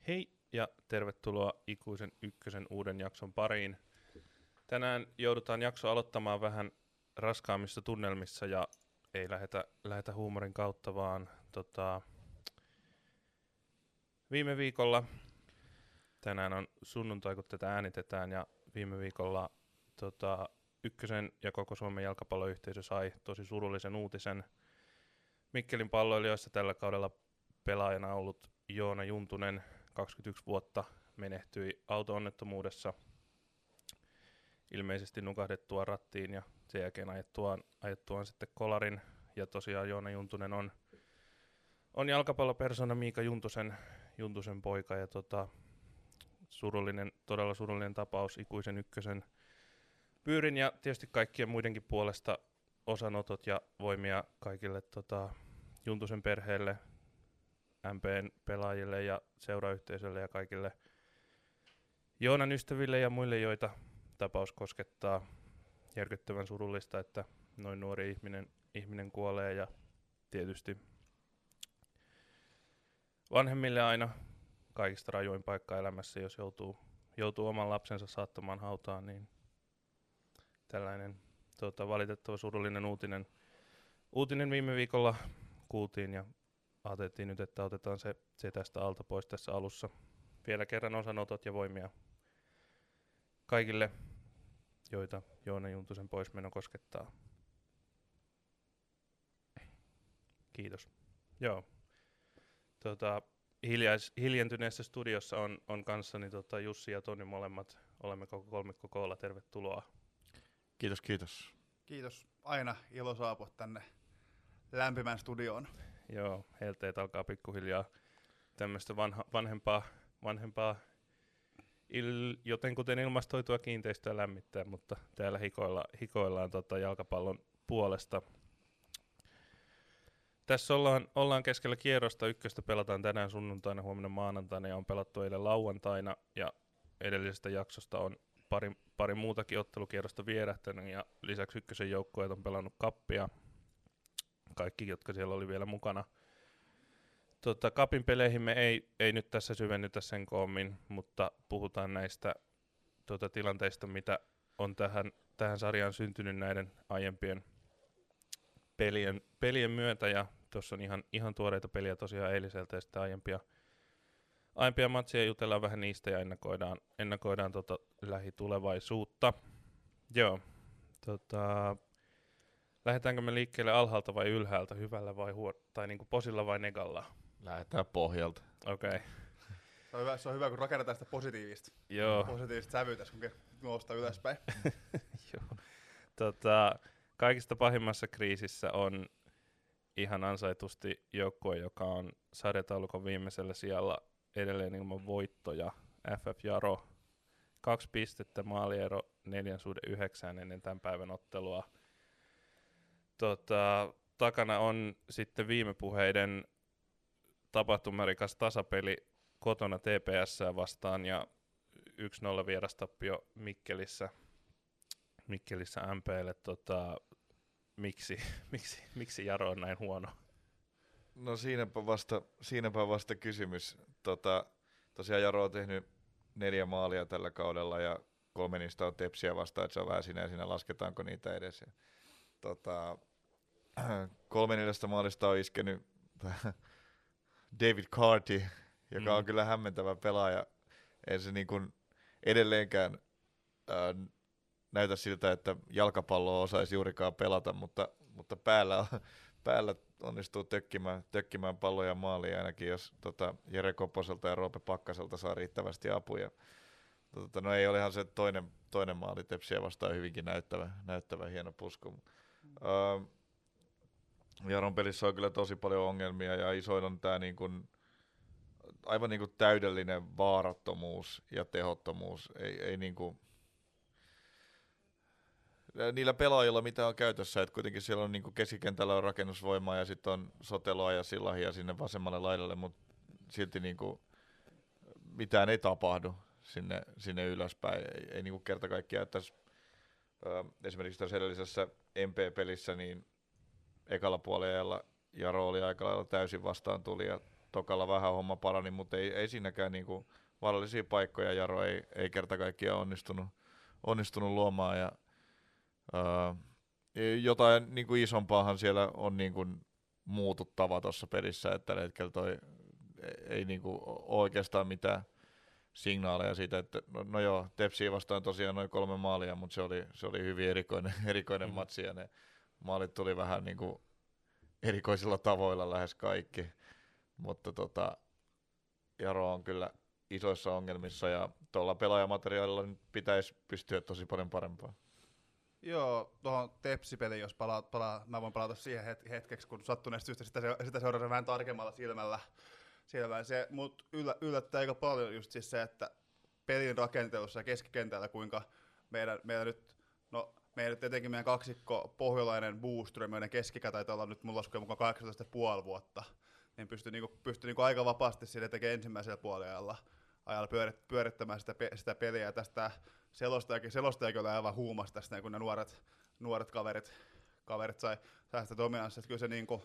Hei ja tervetuloa Ikuisen ykkösen uuden jakson pariin. Tänään joudutaan jakso aloittamaan vähän raskaammissa tunnelmissa ja ei lähetä huumorin kautta, vaan viime viikolla, tänään on sunnuntai kun tätä äänitetään ja viime viikolla ykkösen ja koko Suomen jalkapalloyhteisö sai tosi surullisen uutisen. Mikkelin palloilijoissa tällä kaudella pelaajana ollut Joona Juntunen, 21 vuotta, menehtyi auto-onnettomuudessa ilmeisesti nukahdettua rattiin ja sen jälkeen ajettuaan sitten kolarin. Ja tosiaan Joona Juntunen on jalkapallopersona Miika Juntusen poika ja todella surullinen tapaus Ikuisen ykkösen pyyrin ja tietysti kaikkien muidenkin puolesta osanotot ja voimia kaikille Juntusen perheelle, MPn pelaajille ja seurayhteisölle ja kaikille Joonan ystäville ja muille, joita tapaus koskettaa. Järkyttävän surullista, että noin nuori ihminen kuolee ja tietysti vanhemmille aina kaikista rajoin paikka elämässä, jos joutuu oman lapsensa saattamaan hautaan, niin tällainen valitettava surullinen uutinen viime viikolla kuultiin ja ajateltiin nyt, että otetaan se tästä alta pois tässä alussa. Vielä kerran osanotot ja voimia kaikille, joita Joona Juntusen poismeno koskettaa. Kiitos. Joo. Hiljentyneessä studiossa on kanssani Jussi ja Toni molemmat. Olemme koko kolmikko koolla. Tervetuloa. Kiitos, kiitos. Kiitos. Aina ilo saapua tänne lämpimään studioon. Joo, helteet alkaa pikkuhiljaa tämmöistä vanhempaa jotenkuten ilmastoitua kiinteistöä lämmittää, mutta täällä hikoillaan jalkapallon puolesta. Tässä ollaan keskellä kierrosta. Ykköstä pelataan tänään sunnuntaina, huomenna maanantaina ja on pelattu eilen lauantaina. Ja edellisestä jaksosta on pari muutakin ottelukierrosta vierähtänyt ja lisäksi ykkösen joukkueet on pelannut kappia. Kaikki, jotka siellä oli vielä mukana. Kapin peleihin me ei nyt tässä syvennytä sen koommin, mutta puhutaan näistä tilanteista, mitä on tähän sarjaan syntynyt näiden aiempien pelien myötä. Ja tuossa on ihan tuoreita peliä tosiaan eiliseltä ja sitten aiempia matseja jutellaan vähän niistä ja ennakoidaan lähitulevaisuutta. Joo, lähdetäänkö me liikkeelle alhaalta vai ylhäältä, hyvällä vai tai niinku posilla vai negalla? Lähdetään pohjalta. Okei. Se on hyvä, kun rakennetaan sitä positiivista sävyä tässä, kun noustaan ylöspäin. Joo. Kaikista pahimmassa kriisissä on ihan ansaitusti joukkue, joka on sarjataulukon viimeisellä sijalla edelleen ilman voittoja. FF Jaro, 2 pistettä, maaliero 4/9 ennen tämän päivän ottelua. Takana on sitten viime puheiden tapahtumarikas tasapeli kotona TPS:ää vastaan ja 1-0 vierastappio Mikkelissä MP:lle. Miksi Jaro on näin huono? No siinäpä vasta kysymys. Tosiaan Jaro on tehnyt 4 maalia tällä kaudella ja 3 niistä on Tepsiä vastaan, että se on vähän siinä lasketaanko niitä edes. Ja, 3/4 maalista on iskenyt David Carty, joka on kyllä hämmentävä pelaaja. Ei se niin kuin edelleenkään näytä siltä, että jalkapalloa osaisi juurikaan pelata, mutta päällä onnistuu tökkimään palloja maaliin ainakin, jos Jere Koposelta ja Roope Pakkaselta saa riittävästi apuja. No ei olihan se toinen maali Tepsiä vastaan hyvinkin näyttävä hieno pusku. Jaron pelissä on kyllä tosi paljon ongelmia ja isoin on tämä aivan täydellinen vaarattomuus ja tehottomuus. Ei niillä pelaajilla mitä on käytössä, että kuitenkin siellä on keskikentällä on rakennusvoimaa ja sitten on Soteloa ja Sillahia sinne vasemmalle laidalle, mutta silti mitään ei tapahdu sinne ylöspäin. Ei kerta kaikkiaan, että esimerkiksi tässä edellisessä MP-pelissä niin ekalla puolella Jaro oli aika lailla täysin vastaan tuli ja tokalla vähän homma parani, mutta ei siinäkään niinku vaarallisia paikkoja Jaro ei kerta kaikkiaan onnistunut luomaan. Ja, jotain niinku isompaahan siellä on niinku muututtava tuossa pelissä, että tällä hetkellä toi ei niinku oikeastaan mitään signaaleja siitä, että no joo, Tepsiä vastaan tosiaan noin 3 maalia, mutta se oli hyvin erikoinen matsi ja ne maalit tuli vähän niinku erikoisilla tavoilla lähes kaikki, mutta Jaro on kyllä isoissa ongelmissa ja tuolla pelaajamateriaalilla nyt pitäisi pystyä tosi paljon parempaan. Joo, tuohon Tepsi-peliin, jos mä voin palata siihen hetkeksi, kun sattuneesta syystä sitä seurasi vähän tarkemmalla silmällä. Se mut yllättää aika paljon just siis se, että pelin rakentelussa ja keskikentällä, kuinka meidän nyt etenkin meidän kaksikko pohjolainen Booster ja meidän keskikä taitaa olla nyt mun laskujen mukaan 18,5 vuotta, niin pystyi aika vapaasti sille tekemään ensimmäisellä puolella pyörittämään sitä peliä, ja tästä selostajakin oli aivan huumassa tästä, kun ne nuoret kaverit sai sitä dominanssia, että kyllä se niinku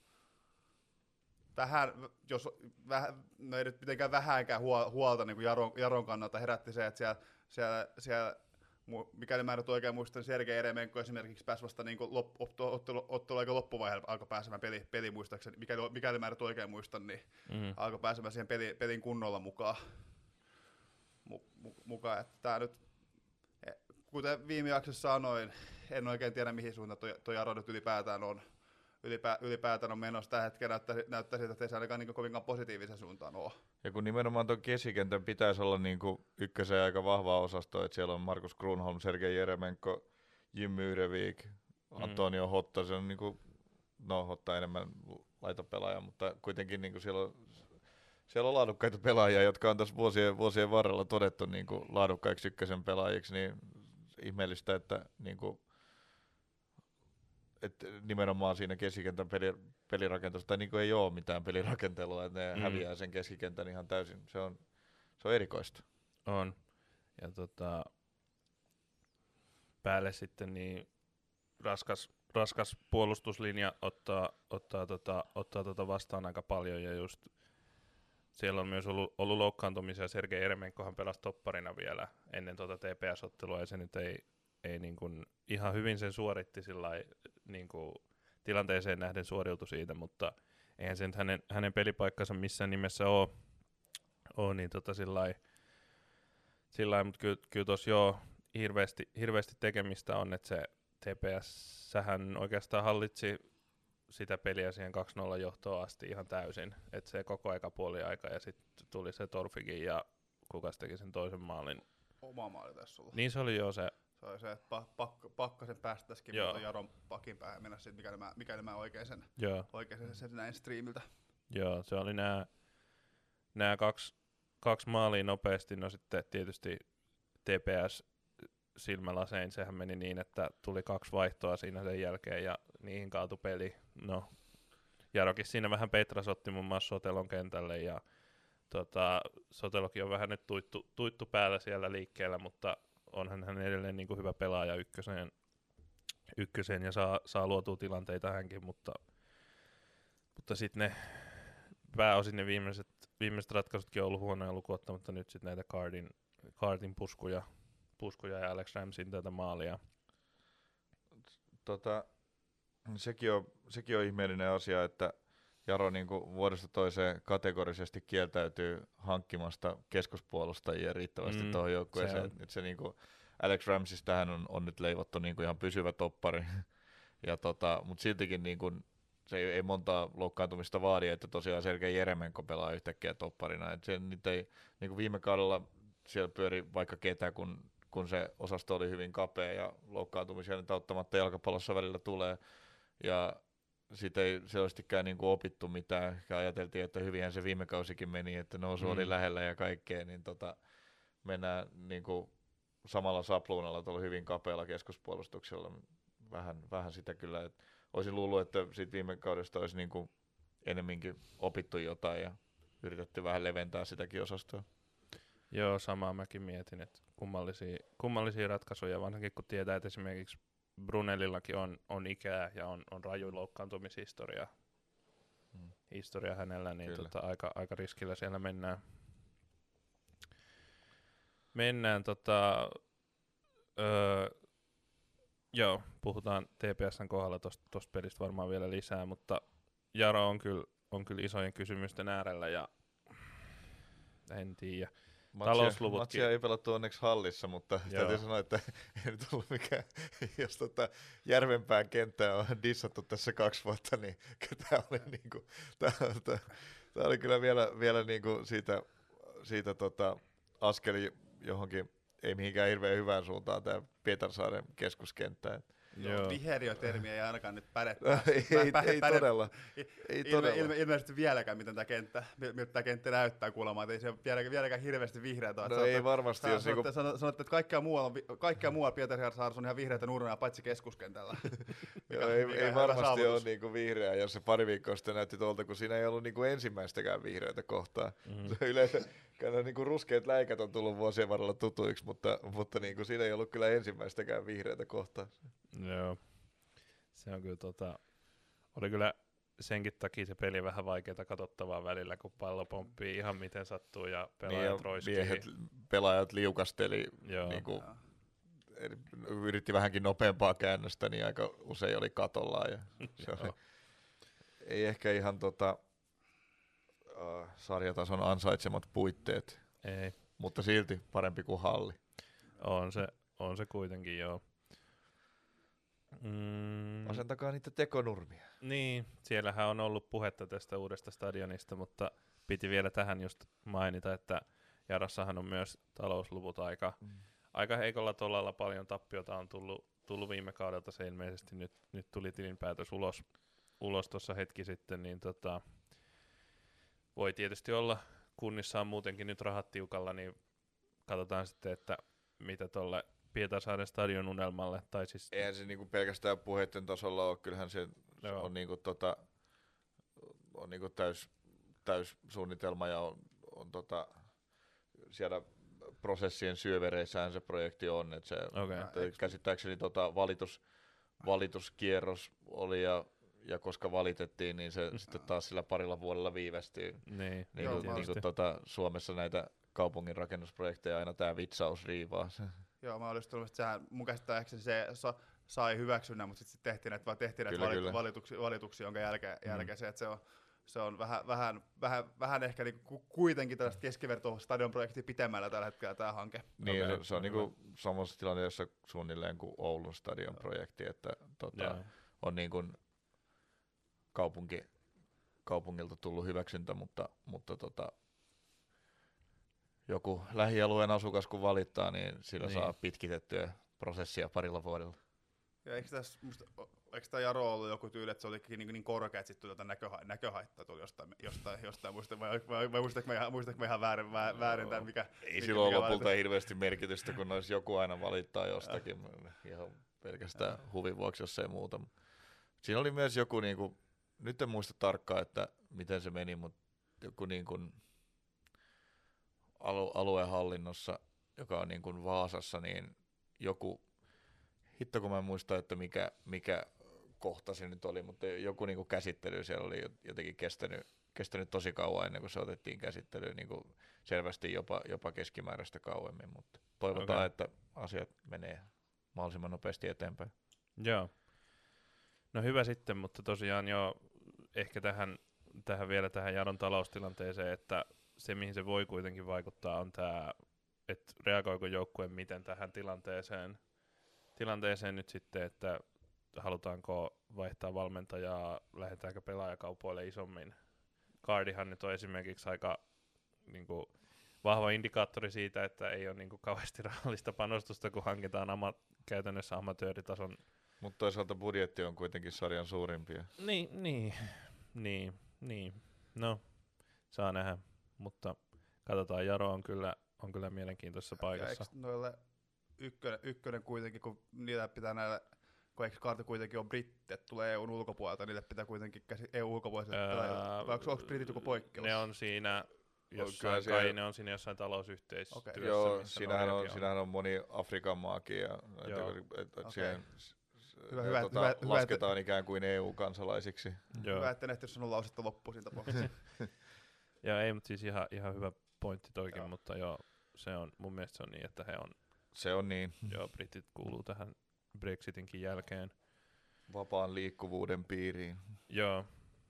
vähän, jos no ei nyt mitenkään vähänkään huolta niin kuin Jaron kannalta herätti se, että siellä mikäli mä nyt oikein muistan, niin Sergei Eremenko esimerkiksi pääsi vasta niin ottelu aika loppuvaiheella alkoi pääsemään peli muistaakseni, mikäli mä nyt oikein muistan, niin alkoi pääsemään siihen pelin kunnolla mukaan. Että tää nyt, kuten viime jaksossa sanoin, en oikein tiedä mihin suuntaan tuo Jaro nyt ylipäätään on menossa. Tällä hetkellä näyttää siltä, että ei se ainakaan niin kovinkaan positiivisen suuntaan ole. Ja kun nimenomaan tuon keskikentän pitäisi olla niin ykkösen aika vahvaa osastoa, että siellä on Markus Grunholm, Sergei Jeremenko, Jimmy Yrevik, Antonio Hotta, se on niin kuin, no Hotta enemmän laitopelaaja, mutta kuitenkin niin kuin siellä on laadukkaita pelaajia, jotka on tässä vuosien varrella todettu niin kuin laadukkaiksi ykkösen pelaajiksi, niin ihmeellistä, että niin kuin että nimenomaan siinä keskikentän pelirakentelussa, tai niin ei ole mitään pelirakentelua, että ne häviää sen keskikentän ihan täysin. Se on erikoista. On. Ja päälle sitten niin raskas puolustuslinja ottaa vastaan aika paljon, ja just siellä on myös ollut loukkaantumisia. Sergei Eremenkohan pelasi topparina vielä ennen TPS-ottelua, ja se nyt ei niin kuin ihan hyvin sen suoritti sillai, niin kuin tilanteeseen nähden suoriutui siitä, mutta eihän se nyt hänen pelipaikkansa missään nimessä ole niin sillai, mutta kyllä tuossa joo hirveästi tekemistä on, että se TPS-sähän oikeastaan hallitsi sitä peliä siihen 2-0 johtoon asti ihan täysin, että se koko aika puoliaika ja sitten tuli se Torfikin ja kukas teki sen toisen maalin. Oma maali tässä sulla. Niin se oli jo se. Se oli se, että Pakkasen päästäisikin, mutta Jaron pakin päähän mennä sitten, mikäli mä oikein sen näin streamiltä. Joo, se oli nämä kaksi maalia nopeasti, no sitten tietysti TPS silmälasein, sehän meni niin, että tuli 2 vaihtoa siinä sen jälkeen ja niihin kaatui peli. No, Jarokin siinä vähän Petras otti muun muassa Sotelon kentälle ja Sotelokin on vähän nyt tuittu päällä siellä liikkeellä, mutta onhan hän edelleen niin kuin hyvä pelaaja ykköseen ja saa luotua tilanteita hänkin, mutta sitten ne pääosin ne viimeiset ratkaisutkin on ollut huonoja lukuun ottamatta nyt sitten näitä Cardin puskuja ja Alex Ramsin tätä maalia. Sekin on ihmeellinen asia, että Jaro niin kuin vuodesta toiseen kategorisesti kieltäytyy hankkimasta keskuspuolustajia riittävästi tuohon joukkueeseen. Nyt se niin kuin Alex Ramsistähän on nyt leivottu niin kuin ihan pysyvä toppari, mutta siltikin niin kuin se ei montaa loukkaantumista vaadi, että tosiaan Sergei Jeremenko pelaa yhtäkkiä topparina. Et se nyt ei, niin kuin viime kaudella siellä pyöri vaikka ketä, kun se osasto oli hyvin kapea ja loukkaantumisia nyt auttamatta jalkapallossa välillä tulee. Ja siitä ei selvästikään niin kuin opittu mitään. Ja ajateltiin, että hyvinhän se viime kausikin meni, että nousu oli lähellä ja kaikkea, niin mennään niin kuin samalla sapluunalla tuolla hyvin kapealla keskuspuolustuksella. Vähän sitä kyllä, että olisin luullut, että siitä viime kaudesta olisi niin kuin enemminkin opittu jotain ja yritetty vähän leventää sitäkin osastoa. Joo, samaa mäkin mietin, että kummallisia ratkaisuja, vanhankin kun tietää, että esimerkiksi Brunellillakin on ikää ja on raju loukkaantumishistoria historia hänellä, niin Kyllä. aika riskillä siellä mennään. Joo, puhutaan TPS:n kohdalla tosta pelistä varmaan vielä lisää, mutta Jaro on kyllä isojen kysymysten äärellä ja en tiedä. Matsia ei pelattu onneksi hallissa, mutta täytyy sanoa, että ei nyt ollut mikään, jos Järvenpään kenttää on dissattu tässä 2 vuotta, niin tämä oli, niinku, tää oli kyllä vielä niinku siitä askeli johonkin, ei mihinkään hirveän hyvään suuntaan tämä Pietarsaaren keskuskenttä. Joo. Viheriötermi ei ainakaan nyt päde. Ei todella. Ilmeisesti vieläkään, miltä tämä kenttä näyttää kuulemaan. Ei se vieläkään hirveästi vihreätä. No ei varmasti. Sanotte, että kaikkea muualla Pietarsaaressa on ihan vihreätä nurmea, paitsi keskuskentällä. Joo, ei varmasti ole niinku vihreää, jos se pari viikkoa sitten näytti tuolta, kun siinä ei ollut niinku ensimmäistäkään vihreätä kohtaa. Mm-hmm. Yleensä niinku ruskeat läikät on tullut vuosien varrella tutuiksi, mutta niinku siinä ei ollut kyllä ensimmäistäkään vihreätä kohtaa. Joo, se on kyllä oli kyllä senkin takia se peli vähän vaikeaa katsottavaa välillä, kun pallo pomppii ihan miten sattuu ja pelaajat roiskii. Pelaajat liukasteli, niinku, yritti vähänkin nopeampaa käännöstä, niin aika usein oli katollaan. Ja se oli, ei ehkä ihan sarjatason ansaitsemat puitteet, ei. Mutta silti parempi kuin halli. On se kuitenkin, joo. Asentakaa niitä tekonurmia. Niin, siellähän on ollut puhetta tästä uudesta stadionista, mutta piti vielä tähän just mainita, että Jarassahan on myös talousluvut aika heikolla tolalla, paljon tappiota on tullut viime kaudelta, se ilmeisesti nyt tuli tilinpäätös ulos tuossa hetki sitten, niin voi tietysti olla kunnissa on muutenkin nyt rahat tiukalla, niin katsotaan sitten, että mitä tuolle Pietarsaaren stadion unelmalle. Tai siis eihän se niinku pelkästään puheiden tasolla ole, kyllähän se on niinku on niinku täys suunnitelma ja on siellä prosessien syövereissähän se projekti on, että se käsittääkseni valituskierros oli ja koska valitettiin, niin se sitten taas sillä parilla vuodella viivästyy. Niin Suomessa näitä kaupungin rakennusprojekteja aina tämä vitsaus riivaa. Joo, mä olisin tullut, että sehän mun käsittääkseni se sai hyväksynnän, mutta sitten tehtiin näitä valituksia, jonka jälkeen se, että se on vähän ehkä niinku kuitenkin tällaista keskivertoa stadionprojektia pitemmällä tällä hetkellä tämä hanke. Niin, se on niinku samassa tilanteessa suunnilleen kuin Oulun stadionprojekti, että on niin kuin kaupungilta tullut hyväksyntä, mutta joku lähialueen asukas kun valittaa, niin sillä saa pitkitettyä prosessia parilla vuodella. Ja eikö tämä Jaro ollut joku tyyli, että se olikin niin korkea, että sitten tuli näköhaittaa tuli jostain vai muistatko mä ihan väärin tämän, mikä... Ei silloin lopulta hirveästi merkitystä, kun olisi joku aina valittaa jostakin, ihan pelkästään huvin vuoksi, jos ei muuta. Siinä oli myös joku, nyt en muista tarkkaan, että miten se meni, mutta joku aluehallinnossa, joka on niin kuin Vaasassa, niin joku, hitto kun mä en muista, että mikä kohta se nyt oli, mutta joku niin kuin käsittely siellä oli jotenkin kestänyt tosi kauan ennen kuin se otettiin käsittelyyn, niin kuin selvästi jopa keskimääräistä kauemmin, mutta toivotaan, että asiat menee mahdollisimman nopeasti eteenpäin. Joo. No hyvä sitten, mutta tosiaan jo ehkä tähän Jaron taloustilanteeseen, että se, mihin se voi kuitenkin vaikuttaa, on tämä, että reagoiko joukkue miten tähän tilanteeseen nyt sitten, että halutaanko vaihtaa valmentajaa, lähdetäänkö pelaajakaupoille isommin. Cardihan nyt on esimerkiksi aika vahva indikaattori siitä, että ei ole kauheasti rahallista panostusta, kun hankitaan käytännössä amatööritason. Mutta toisaalta budjetti on kuitenkin sarjan suurimpia. Niin. No, saa nähdä. Mutta katsotaan, Jaro on kyllä mielenkiintoisessa paikassa. Eikö noille ykkönen kuitenkin, kun niitä pitää näillä, kun eikö Cardi kuitenkin on britti, että tulee EUn ulkopuolelta, niille pitää kuitenkin EU ulkopuolelle vai onko britit joku poikkeus? Ne on siinä ne on siinä jossain talousyhteistyössä. Joo, siinähän on moni Afrikan maakin ja lasketaan ikään kuin EU-kansalaisiksi. Joo. Hyvä, että en ehtinyt sanoa lausetta loppuun siinä tapauksessa. Ja ei, mutta siis ihan hyvä pointti toikin, mutta joo, se on, mun mielestä se on niin, että he on, Se on niin. joo, britit kuuluu tähän Brexitinkin jälkeen. Vapaan liikkuvuuden piiriin. Joo.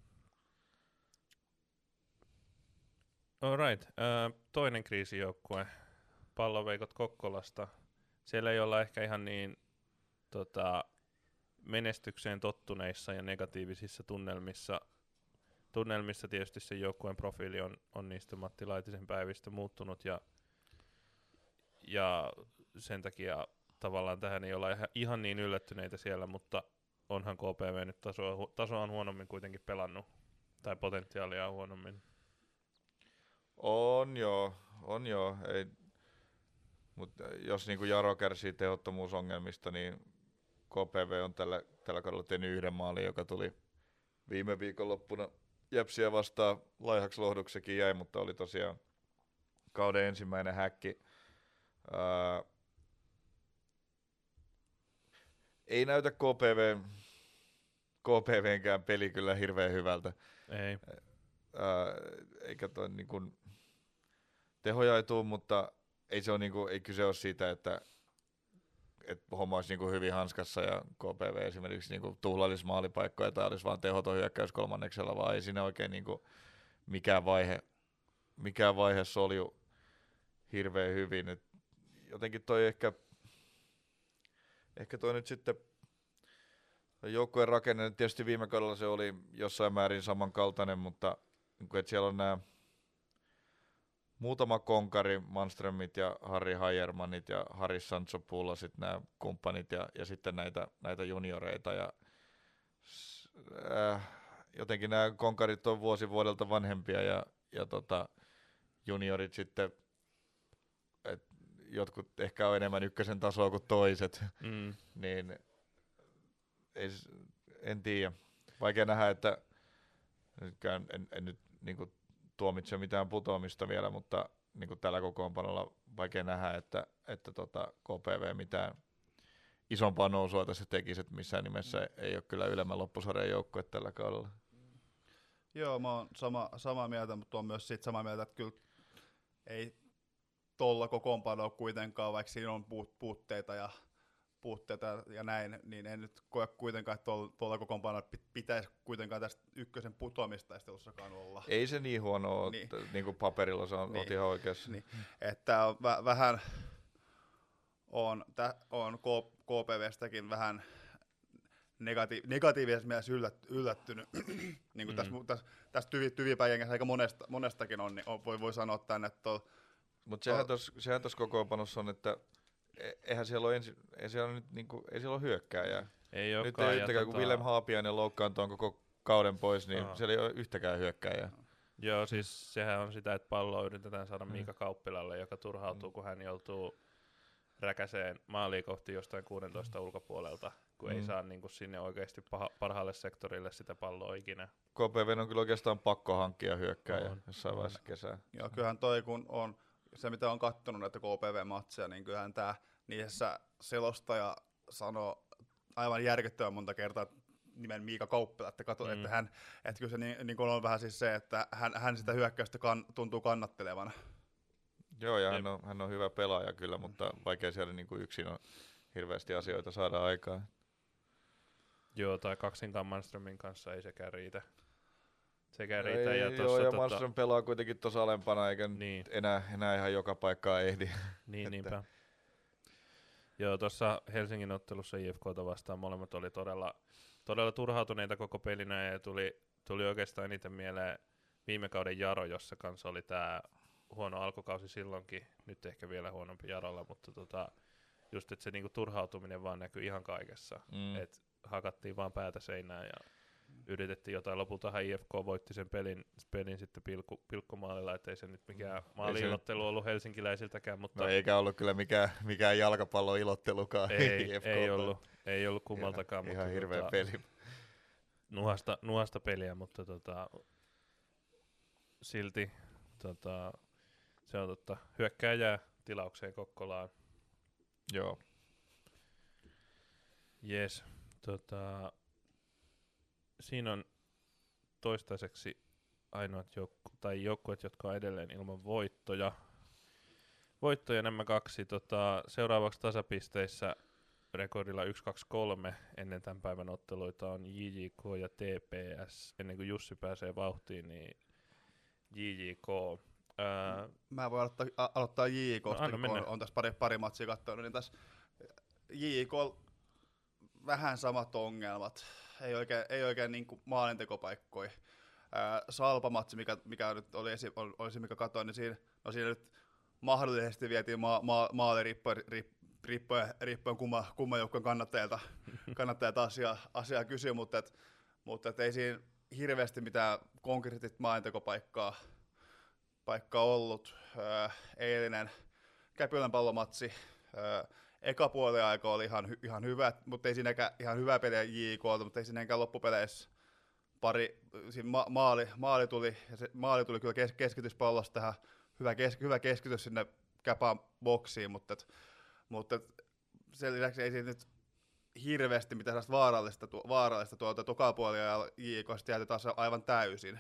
Alright, toinen kriisijoukkue, Palloveikot Kokkolasta. Siellä ei olla ehkä ihan niin menestykseen tottuneissa ja negatiivisissa tunnelmissa tietysti se joukkueen profiili on niistä Matti Laitisen päivistä muuttunut ja sen takia tavallaan tähän ei olla ihan niin yllättyneitä siellä, mutta onhan KPV nyt tasoa on huonommin kuitenkin pelannut, tai potentiaalia on huonommin. On joo. Ei, mutta jos niinku Jaro kärsii tehottomuusongelmista, niin KPV on tällä kaudella tehnyt yhden maalin, joka tuli viime viikonloppuna Jepsiä vastaan. Laihaksi lohduksikin jäi, mutta oli tosiaan kauden ensimmäinen häkki. Ei näytä KPVnkään peli kyllä hirveän hyvältä. Ei. Eikä toi niinku tehoja ei tuu, mutta ei se on niinku, ei kyse ole siitä, että homma olisi niinku hyvin hanskassa ja KPV esimerkiksi niinku tuhlailisi maalipaikkoja tai olisi vaan tehoton hyökkäys kolmanneksella, vaan ei siinä oikein niinku mikään vaihe solju hirveän hyvin. Et jotenkin toi ehkä toi nyt sitten joukkueen rakenne, tietysti viime kaudella se oli jossain määrin samankaltainen, mutta että siellä on nämä muutama konkari, Manströmit ja Harri Hajermanit ja Harri Santsopoulosit, nämä kumppanit ja sitten näitä junioreita. Ja, jotenkin nämä konkarit on vuodelta vanhempia ja juniorit sitten, jotkut ehkä on enemmän ykkösen tasoa kuin toiset, niin en tiedä. Vaikea nähdä, että en nyt niinku tuomitse mitään putoamista vielä, mutta niinku tällä kokoonpanolla vaikea nähdä, että KPV mitään isompaa nousua tässä tekisi, että missään nimessä ei ole kyllä ylemmän loppusarjan joukkue tällä kaudella. Joo, mä oon samaa mieltä, mutta on myös samaa mieltä, että kyllä ei tolla kokoonpanolla kuitenkaan, vaikka siinä on puutteita ja näin, niin en nyt koe kuitenkaan, että tuolla kokoonpanolla pitäisi kuitenkaan tästä ykkösen putoamistaistelussakaan olla. Ei se niin huono ole, niin kuin paperilla se on niin, ihan oikeassa. Niin. Että vähän on KPVstäkin vähän negatiivisessa mielessä yllättynyt. Niin kuin tässä tyvipäijängessä aika monestakin on, niin voi sanoa tänne, että mutta sehän tuossa kokoonpanossa on, että eihän siellä ole ei siellä ole hyökkääjää. Ei nyt ei yhtäkään, kun Willem Haapiainen loukkaantuu koko kauden pois, niin siellä ei ole yhtäkään hyökkääjää. Joo, siis sehän on sitä, että palloa yritetään saada Miika Kauppilalle, joka turhautuu, kun hän joutuu räkäseen maaliin kohti jostain 16 ulkopuolelta, kun ei saa niin kuin sinne oikeasti parhaalle sektorille sitä palloa ikinä. KPV on kyllä oikeastaan pakko hankkia hyökkääjä jossain vaiheessa kesää. Joo, kyllähän toi kun on se, mitä on kattonut näitä KPV-matseja, niin kyllähän niissä selostaja sanoo aivan järkyttävän monta kertaa nimen Miika Kauppila, että että kyllä se niin on vähän siis se, että hän sitä hyökkäystä tuntuu kannattelevan. Joo, ja hän on hyvä pelaaja kyllä, mutta vaikea siellä niin kuin yksin on hirveästi asioita saada aikaan. Joo, tai kaksinkaan Manströmin kanssa ei sekään riitä. Ja Manström pelaa kuitenkin tuossa alempana, eikä enää ihan joka paikkaa ehdi. Niinpä. Joo, tuossa Helsingin ottelussa IFK:ta vastaan molemmat oli todella turhautuneita koko pelinä ja tuli oikeastaan eniten mieleen viime kauden Jaro, jossa kanssa oli tämä huono alkukausi silloinkin, nyt ehkä vielä huonompi Jarolla, mutta just että se niinku turhautuminen vaan näkyy ihan kaikessa, että hakattiin vaan päätä seinään ja yritettiin jotain, lopultahan IFK voitti sen pelin sitten pilkkomaalilla, ettei se nyt mikään maali-ilottelu ollut helsinkiläisiltäkään. Mutta no eikä ollut kyllä mikään jalkapalloilottelukaan. Ei ollut kummaltakaan. Ihan hirveä peli. Nuhasta peliä, mutta silti se on totta. Hyökkää jää tilaukseen Kokkolaan. Joo. Jes. Siinä on toistaiseksi ainoat joukkueet, jotka on edelleen ilman voittoja. Voittoja nämä kaksi. Seuraavaksi tasapisteissä rekordilla 1-2-3 ennen tämän päivän otteluita on JJK ja TPS. Ennen kuin Jussi pääsee vauhtiin, niin JJK. Mä voin aloittaa JJK:sta, No, kun on tässä pari matsia katsonut, niin tässä JJK vähän samat ongelmat. Ei oikein niin kuin maalintekopaikkoja. Salpa-matsi, mikä nyt oli se, mikä katsoin, niin siinä nyt mahdollisesti vietiin maali riippuen kumman joukkueen kannattajilta asiaa kysyä, mutta ei siinä hirveästi mitään konkreettista maalintekopaikkaa ollut. Eilinen Käpylän pallomatsi. Eka puolen aika oli ihan hyvä, mutta ei siinäkään ihan hyvä peliä JK:lta, mutta ei siinäkään loppupeleissä maali tuli, ja se maali tuli kyllä keskityspallosta tähän, hyvä keskitys sinne Käpän boksiin, mutta sen lisäksi ei siinä nyt hirveästi mitään vaarallista tuolta tokapuolia ja JK:sta jääty taas aivan täysin.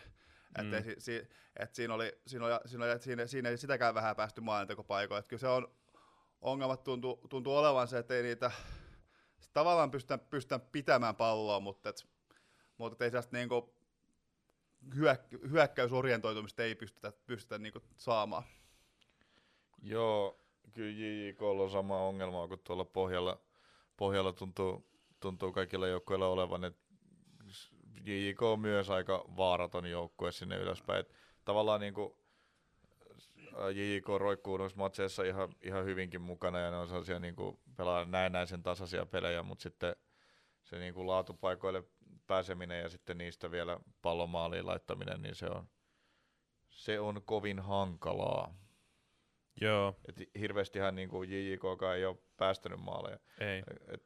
Siinä ei sitäkään vähän päästy maalintekopaikoille. Kyllä se on ongelmat tuntuu olevan se, että ei niitä tavallaan pystytä pitämään palloa, mutta ei sellaista niinku hyökkäysorientoitumista ei pystytä niinku saamaan. Joo, kyllä JJK:lla on sama ongelma kuin tuolla pohjalla tuntuu kaikilla joukkueilla olevan, että JJK on myös aika vaaraton joukkue sinne ylöspäin. Et tavallaan niinku JJK roikkuu noissa matseissa ihan hyvinkin mukana ja ne on sellaisia niinku pelaa näennäisen tasaisia pelejä, mutta sitten se niinku laatupaikoille pääseminen ja sitten niistä vielä pallomaaliin laittaminen, niin se on kovin hankalaa. Joo. Et hirveästihän niinku JJKkaan ei ole päästänyt maaleja. Ei.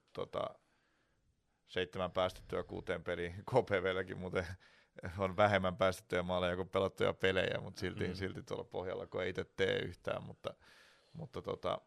7 päästettyä 6 peliin. KPVlläkin muuten on vähemmän päästettyjä maaleja kuin pelattuja pelejä, mutta silti tuolla pohjalla, kun ei itse tee yhtään. Mutta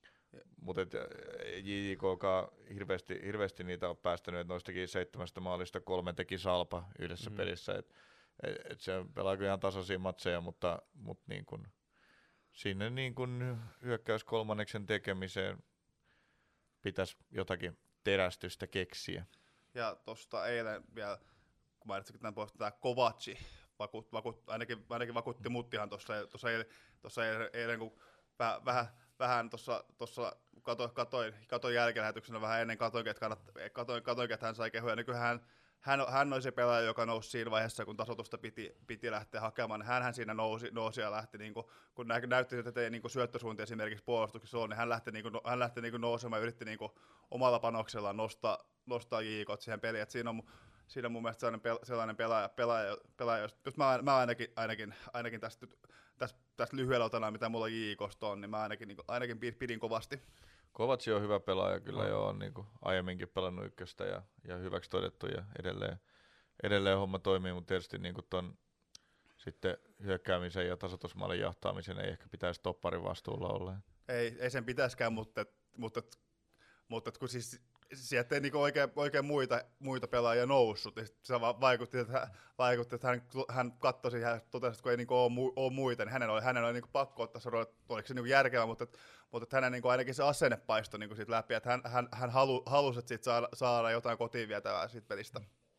JJKkaan hirveästi niitä on päästänyt, että noistakin 7 maalista 3 teki Salpa yhdessä pelissä. Et se pelaa kyllä ihan tasaisia matseja, mutta niin kun sinne niin kun hyökkäys kolmanneksen tekemiseen pitäisi jotakin terästystä keksiä. Ja tuosta eilen vielä, kun mainitsin tämän puolesta, tämä Kovaci, ainakin vakuutti muttihan tuossa eilen, kun vähän tuossa katoin jälkilähetyksenä vähän ennen katoinkin, että hän sai kehuja, niin kyllä hän oli se pelaaja, joka nousi siinä vaiheessa, kun tasoitusta piti lähteä hakemaan, niin hän siinä nousi ja lähti, niin kun näytti, että ei niin syöttösuuntia esimerkiksi puolustuksessa on, niin hän lähti nousemaan ja yritti niin omalla panoksellaan nostaa JK:t siihen peliin. Siinä on mun mielestä sellainen pelaaja jos mä ainakin tästä lyhyellä otana, mitä mulla JK:sta on, niin mä ainakin pidin kovasti. Kovaci on hyvä pelaaja, kyllä jo on niin aiemminkin pelannut ykköstä ja hyväksi todettu ja edelleen homma toimii, mutta tietysti niin ton sitten hyökkäämisen ja tasoitusmaalin jahtaamisen ei ehkä pitäisi topparin vastuulla olla. Ei sen pitäisikään, mutta kun siis sieltä ei niinku oikein muita pelaajia noussut, niin se vaikutti, että hän katsoi siihen ja totesi, että kun ei niinku ole muita, niin hänen oli niinku pakko ottaa se rooli, oliko se niinku järkevää, mutta hänen niinku ainakin se asenne paistoi niinku siitä läpi, että hän halusi, että siitä saada jotain kotiin vietävää siitä pelistä.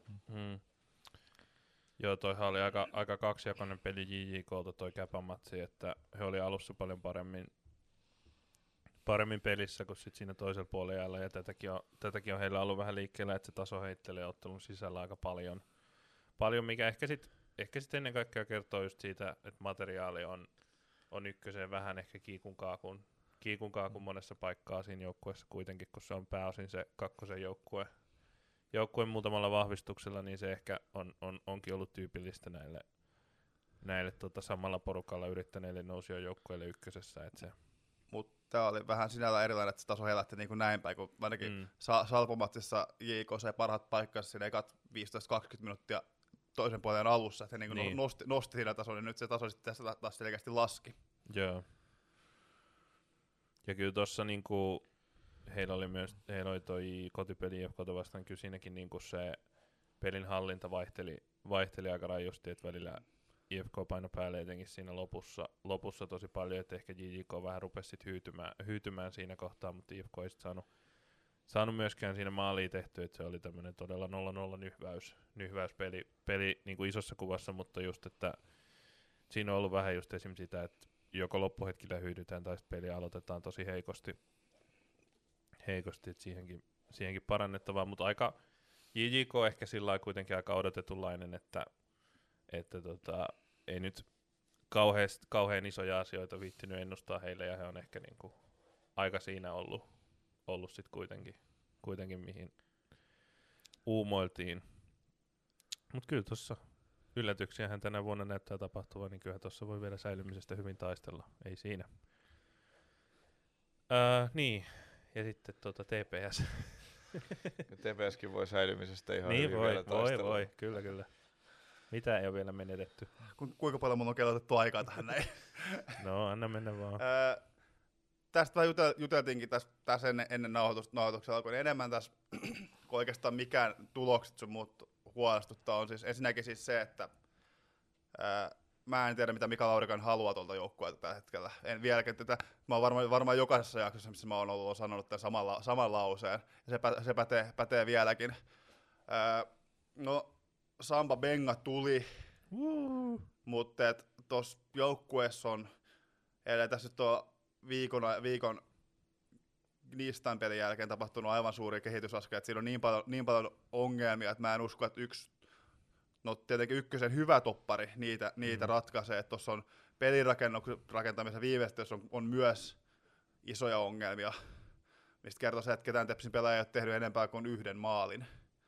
Joo, toihan oli aika kaksijakoinen peli JJK:lta toi Käpä-matsi, että he oli alussa paljon paremmin pelissä kuin sit siinä toisella puolella, ja tätäkin on heillä ollut vähän liikkeellä, että se taso heittelee ottelun sisällä aika paljon mikä ehkä sit ennen kaikkea kertoo just siitä, että materiaali on ykköseen vähän ehkä kiikunkaa kuin monessa paikkaa siinä joukkueessa kuitenkin, kun se on pääosin se kakkosen joukkueen muutamalla vahvistuksella, niin se ehkä onkin ollut tyypillistä näille samalla porukalla yrittäneille nousijojoukkueille ykkösessä, että se. Mutta tämä oli vähän sinällään erilainen, että se taso helähti niin kuin näin päin, kun ainakin Salpomatsissa JK sai parhaat paikkansa siinä ekat 15-20 minuuttia toisen puolen alussa, että he niin. Nosti siinä tasolla, niin nyt se taso sitten tässä taas selkeästi laski. Joo. Ja kyllä tuossa niinku heillä oli toi kotipeli IFK:ta vastaan, kyllä siinäkin niinku se pelin hallinta vaihteli aika rajusti, että välillä IFK paino päälle etenkin siinä lopussa tosi paljon, että ehkä JJK vähän rupesi sit hyytymään siinä kohtaa, mutta IFK ei sit saanut myöskään siinä maalia tehtyä, että se oli tämmöinen todella 0-0 nyhväyspeli niin kuin isossa kuvassa, mutta just, että siinä on ollut vähän just esimerkiksi sitä, että joko loppuhetkillä hyydytään tai sitten peli aloitetaan tosi heikosti että siihenkin parannettavaa, mutta aika JJK ehkä sillä lailla kuitenkin aika odotetunlainen, että ei nyt kauhean isoja asioita viittinyt ennustaa heille, ja he on ehkä niinku aika siinä ollut sit kuitenkin mihin uumoiltiin. Mutta kyllä tuossa yllätyksiähän tänä vuonna näyttää tapahtuvan, niin kyllä tuossa voi vielä säilymisestä hyvin taistella, ei siinä. Niin, ja sitten TPS. TPSkin voi säilymisestä ihan niin hyvin vielä taistella. voi, kyllä. Mitä ei ole vielä menetetty? Kuinka paljon mun on kellotettu aikaa tähän näin? No, anna mennä vaan. Tästä vähän juteltiinkin tässä ennen nauhoituksen alkua, niin enemmän tässä, kun oikeastaan mikään tulokset sun muut huolestuttaa, on siis ensinnäkin siis se, että mä en tiedä, mitä Mika Laurikainen haluaa tuolta joukkueelta tällä hetkellä. En vieläkään tätä, mä oon varmaan jokaisessa jaksossa, missä mä oon ollut, on sanonut tämän saman lauseen, ja se pätee vieläkin. No, Samba Benga tuli, mutta tuossa joukkueessa on, eli tässä nyt on viikon Nistan pelin jälkeen tapahtunut aivan suuria kehitysaskelia, siinä on niin paljon ongelmia, että mä en usko, että tietenkin ykkösen hyvä toppari niitä ratkaisee, että tuossa on pelirakentamisen viivästys on myös isoja ongelmia, mistä kertoo se, että ketään Tepsin pelaaja ei ole tehnyt enempää kuin yhden maalin.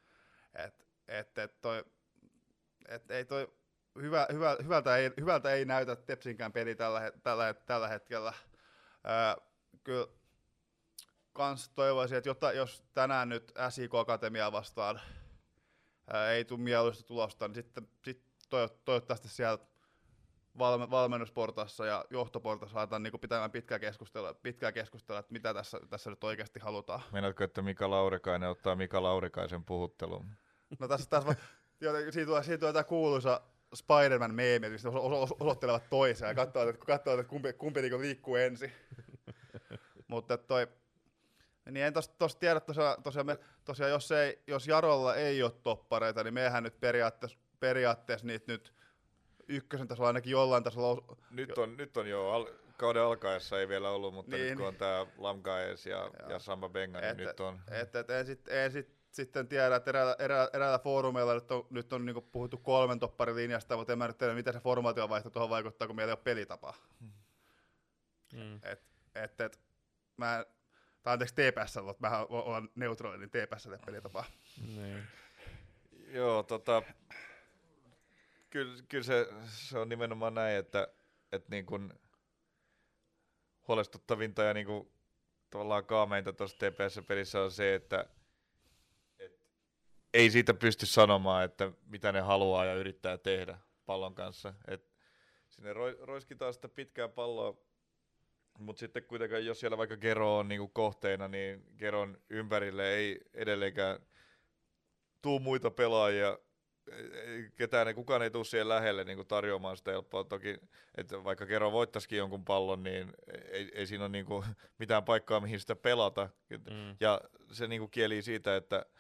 Hyvältä ei näytä Tepsinkään peli tällä hetkellä. Kyllä kans toivoisin, että jos tänään nyt SIK Akatemiaa vastaan ei tule mieluista tulosta, niin sitten toivottavasti siellä valmennusportassa ja johtoportassa aletaan niin pitämään pitkää keskustelua, että mitä tässä nyt oikeasti halutaan. Meinaatko, että Mika Laurikainen ottaa Mika Laurikaisen puhutteluun? No tässä siitä tulee tämä kuuluisa Spider-Man-meemi, mistä osoittelevat toiseen ja katsovat, että kumpi niin liikkuu ensin. Mutta niin en tosta tiedä tosiaan jos Jarolla ei ole toppareita, niin mehän nyt periaatteessa niitä nyt ykkösen tasolla ainakin jollain tasolla. Nyt on jo kauden alkaessa ei vielä ollut, mutta niin, nyt kun on tää Lamgaes ja Samba Benga, niin nyt on. Sitten tiedä, että eräällä foorumeilla nyt on niinku puhuttu 3 topparilinjasta, mutta en mä nyt tiedä, miten se formaatiovaihto tuohon vaikuttaa, kun meillä ei ole pelitapaa. Anteeksi TPS, mutta mä olen neutraali, niin TPS pelitapaa. Niin. Joo, kyllä se on nimenomaan näin, että niin kun huolestuttavinta ja niin kun tavallaan kaameinta tuossa TPS-pelissä on se, että ei siitä pysty sanomaan, että mitä ne haluaa ja yrittää tehdä pallon kanssa. Et sinne roiskitaan sitä pitkää palloa, mutta sitten kuitenkaan, jos siellä vaikka Gero on niinku kohteena, niin Geron ympärille ei edelleenkään tuu muita pelaajia. Kukaan ei tule siihen lähelle niinku tarjoamaan sitä helppoa. Toki, että vaikka Gero voittaisikin jonkun pallon, niin ei siinä ole niinku mitään paikkaa, mihin sitä pelata. Ja se niinku kielii siitä,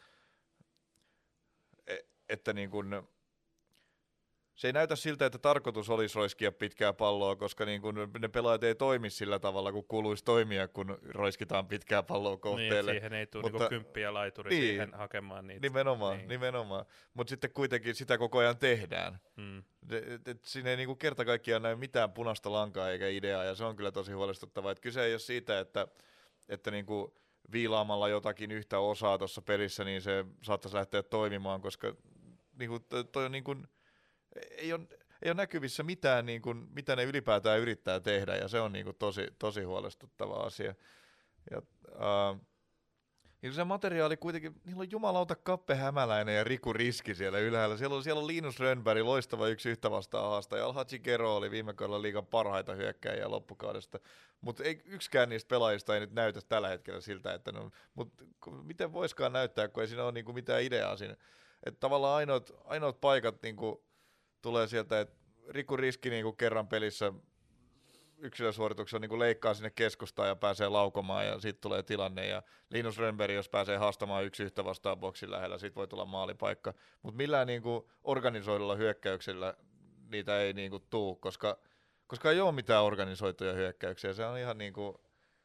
että niin kun, se ei näytä siltä, että tarkoitus olisi roiskia pitkää palloa, koska niin kun ne pelaajat ei toimi sillä tavalla, kun kuuluisi toimia, kun roiskitaan pitkää palloa kohteelle. Niin, siihen ei tule niinku kymppiä laituri siihen hakemaan niitä. Nimenomaan. Mutta sitten kuitenkin sitä koko ajan tehdään. Siinä ei niinku kerta kaikkiaan näy mitään punaista lankaa eikä ideaa, ja se on kyllä tosi huolestuttavaa. Et kyse ei ole siitä, että niinku viilaamalla jotakin yhtä osaa tuossa pelissä, niin se saattaisi lähteä toimimaan, koska niinku, toi on niinku, ei ole näkyvissä mitään, niinku, mitä ne ylipäätään yrittää tehdä, ja se on niinku tosi huolestuttava asia. niin se materiaali kuitenkin, niillä on jumalauta Kappe Hämäläinen ja Riku Riski siellä ylhäällä. Siellä on Linus Rönnberg, loistava yksi yhtä vastaan haastaja. Al-Haji Kero oli viime kaudella liigan parhaita hyökkäjiä loppukaudesta. Mutta yksikään niistä pelaajista ei nyt näytä tällä hetkellä siltä, että miten voiskaan näyttää, kun ei siinä ole niinku mitään ideaa siinä. Että tavallaan ainoat paikat niinku tulee sieltä, että Riku Riski niinku kerran pelissä yksilösuorituksella niin leikkaa sinne keskustaan ja pääsee laukomaan ja siitä tulee tilanne ja Linus Rönnberg, jos pääsee haastamaan yksi yhtä vastaan boksin lähellä, siitä voi tulla maalipaikka, mutta millään niin kuin organisoidulla hyökkäyksillä niitä ei niin kuin tuu, koska ei ole mitään organisoituja hyökkäyksiä, se on ihan niin kuin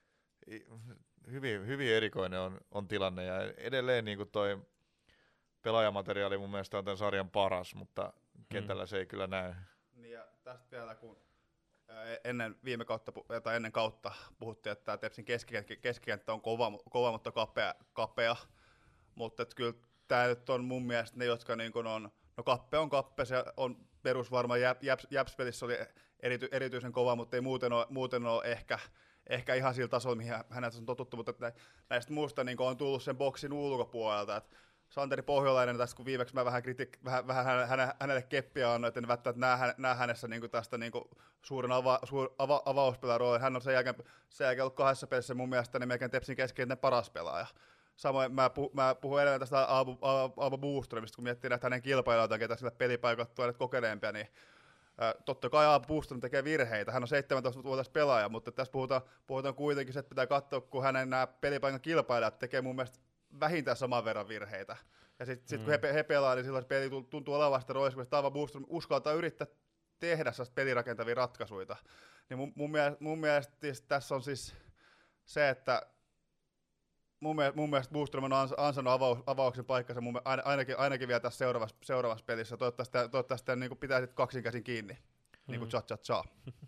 hyvin erikoinen on tilanne ja edelleen niin kuin toi pelaajamateriaali mun mielestä on tämän sarjan paras, mutta kentällä se ei kyllä näy. Niin ja tästä vielä kun ennen viime kautta, tai ennen kautta puhuttiin, että tämä Tepsin keskikenttä on kova mutta kapea. Mutta kyllä tämä nyt on mun mielestä ne, jotka niin on, no kappe, se on perusvarma, Japs-pelissä oli erityisen kova, mutta ei muuten ole ehkä ihan sillä tasolla, mihin hänet on totuttu, mutta näistä muusta niin on tullut sen boksin ulkopuolelta, että Santeri Pohjolainen tässä, kun viimeksi mä vähän hänelle keppiä annoin, että en välttämättä näe hänessä niin tästä niin suuren avauspelaajan roolin. Hän on sen jälkeen ollut 2 pelissä mun mielestä niin melkein Tepsin keskinen paras pelaaja. Samoin mä puhun edelleen tästä Abo Boströmistä, kun miettii näitä hänen kilpailijoitaan, ketä sillä pelipaikat tuoneet kokeneempia, niin totta kai Abo Boström tekee virheitä. Hän on 17-vuotias pelaaja, mutta tässä puhutaan kuitenkin, että pitää katsoa, kun hänen nämä pelipaikan kilpailijat tekee mun mielestä vähintään saman verran virheitä. Ja sitten kun he pelaa, niin silloin se peli tuntuu olevan sitä roiskuista. Tava Boström uskaltaa yrittää tehdä sellaista pelirakentavia ratkaisuja. Niin mun mielestä tässä on siis se, että mun mielestä Boström on ansainnut avauksen paikkansa ainakin vielä tässä seuraavassa pelissä. Toivottavasti niin pitää sitten kaksin käsin kiinni, niin kuin cha.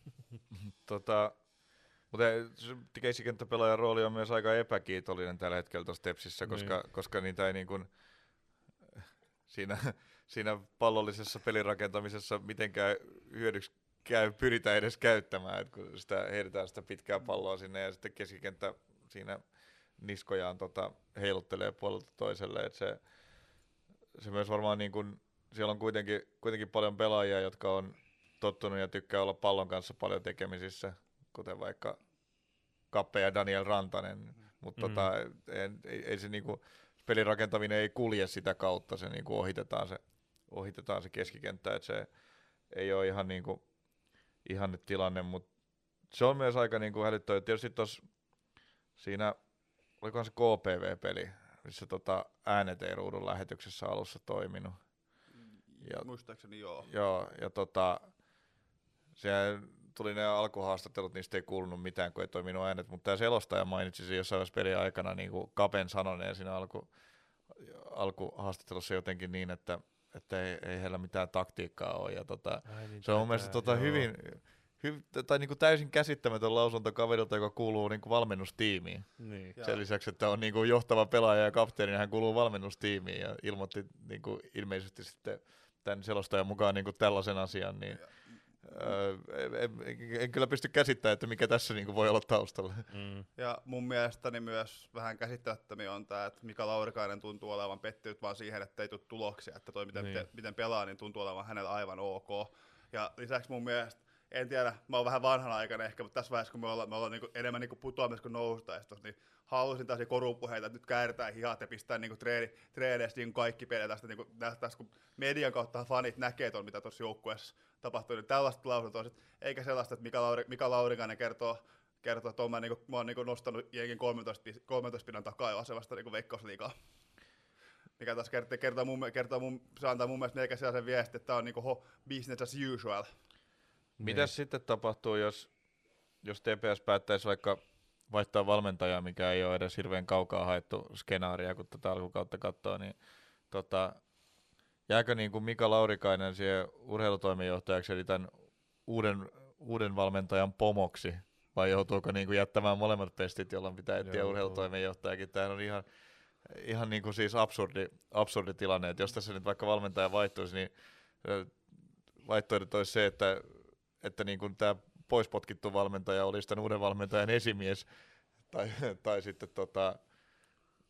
Mutta keskikenttäpelaajan rooli on myös aika epäkiitollinen tällä hetkellä tuossa Tepsissä, koska niitä ei niin kuin siinä pallollisessa pelirakentamisessa mitenkään hyödyksi pyritään edes käyttämään, että kun sitä heitetään sitä pitkää palloa sinne ja sitten keskikenttä siinä niskojaan heiluttelee puolelta toiselle, että se myös varmaan niin kuin, siellä on kuitenkin paljon pelaajia, jotka on tottunut ja tykkää olla pallon kanssa paljon tekemisissä, kuten vaikka Kappe ja Daniel Rantanen, mutta ei se niinku, pelirakentaminen ei kulje sitä kautta, se niinku ohitetaan se keskikenttä, että se ei ole ihan niinku ihanne tilanne, mutta se on myös aika niinku hälyttävä. Tietysti tuossa siinä, olikohan se KPV-peli, missä äänet ei ruudun lähetyksessä alussa toiminut. Ja, muistaakseni joo. Joo, ja se tuli ne alkuhaastattelut, niistä ei kuulunut mitään, kun ei toiminut äänet, mutta tämä selostaja mainitsi siinä jossain pelin aikana niin kuin Kapen sanoneen siinä alkuhaastattelussa jotenkin niin, että ei heillä mitään taktiikkaa ole. Ja se on mun mielestä tai niin kuin täysin käsittämätön lausunto kaverilta, joka kuuluu niin kuin valmennustiimiin. Niin. Sen lisäksi, että on niin kuin johtava pelaaja ja kapteeni, hän kuuluu valmennustiimiin ja ilmoitti niin kuin ilmeisesti sitten tämän selostajan mukaan niin kuin tällaisen asian, niin en kyllä pysty käsittämään, että mikä tässä niinku voi olla taustalla. Ja mun mielestäni myös vähän käsittämättömiä on tämä, että Mika Laurikainen tuntuu olevan pettynyt vaan siihen, että ei tule tuloksia, että toi miten pelaa, niin tuntuu olevan hänellä aivan ok. Ja lisäksi mun mielestä, en tiedä, mä oon vähän vanhanaikainen ehkä, mutta tässä vaiheessa kun me ollaan niinku enemmän niinku putoamassa kuin noustaistossa, niin halusin taas korupuheita, että nyt kääritään hihat ja pistää niinku treeneissä niinku kaikki pelit tästä, niinku, tästä, kun median kautta fanit näkee ton, mitä tuossa joukkueessa tapahtuu, niin tällaista lausuntoa, eikä sellaista, että Mika Laurikainen kertoo että mä oon niinku nostanut jenkin 13 pinnan takaa jo asemasta niinku Veikkausliigaa. Mikä taas se antaa mun mielestä melkein sellaisen viestin, että tää on niinku business as usual. Mitäs sitten tapahtuu, jos TPS päättäisi vaikka vaihtaa valmentajaa, mikä ei ole edes hirveän kaukaa haettu skenaaria, kun tätä alkukautta katsoo, niin jääkö niin kuin Mika Laurikainen siihen urheilutoimenjohtajaksi, eli tämän uuden valmentajan pomoksi, vai joutuuko niin kuin jättämään molemmat pestit, jolloin pitää etsiä urheilutoimenjohtajakin? Tämä on ihan niin kuin siis absurdi tilanne, että jos tässä nyt vaikka valmentaja vaihtuisi, niin vaihtoehdot olisi se, että niin kuin tämä poispotkittu valmentaja olisi tämän uuden valmentajan esimies, tai sitten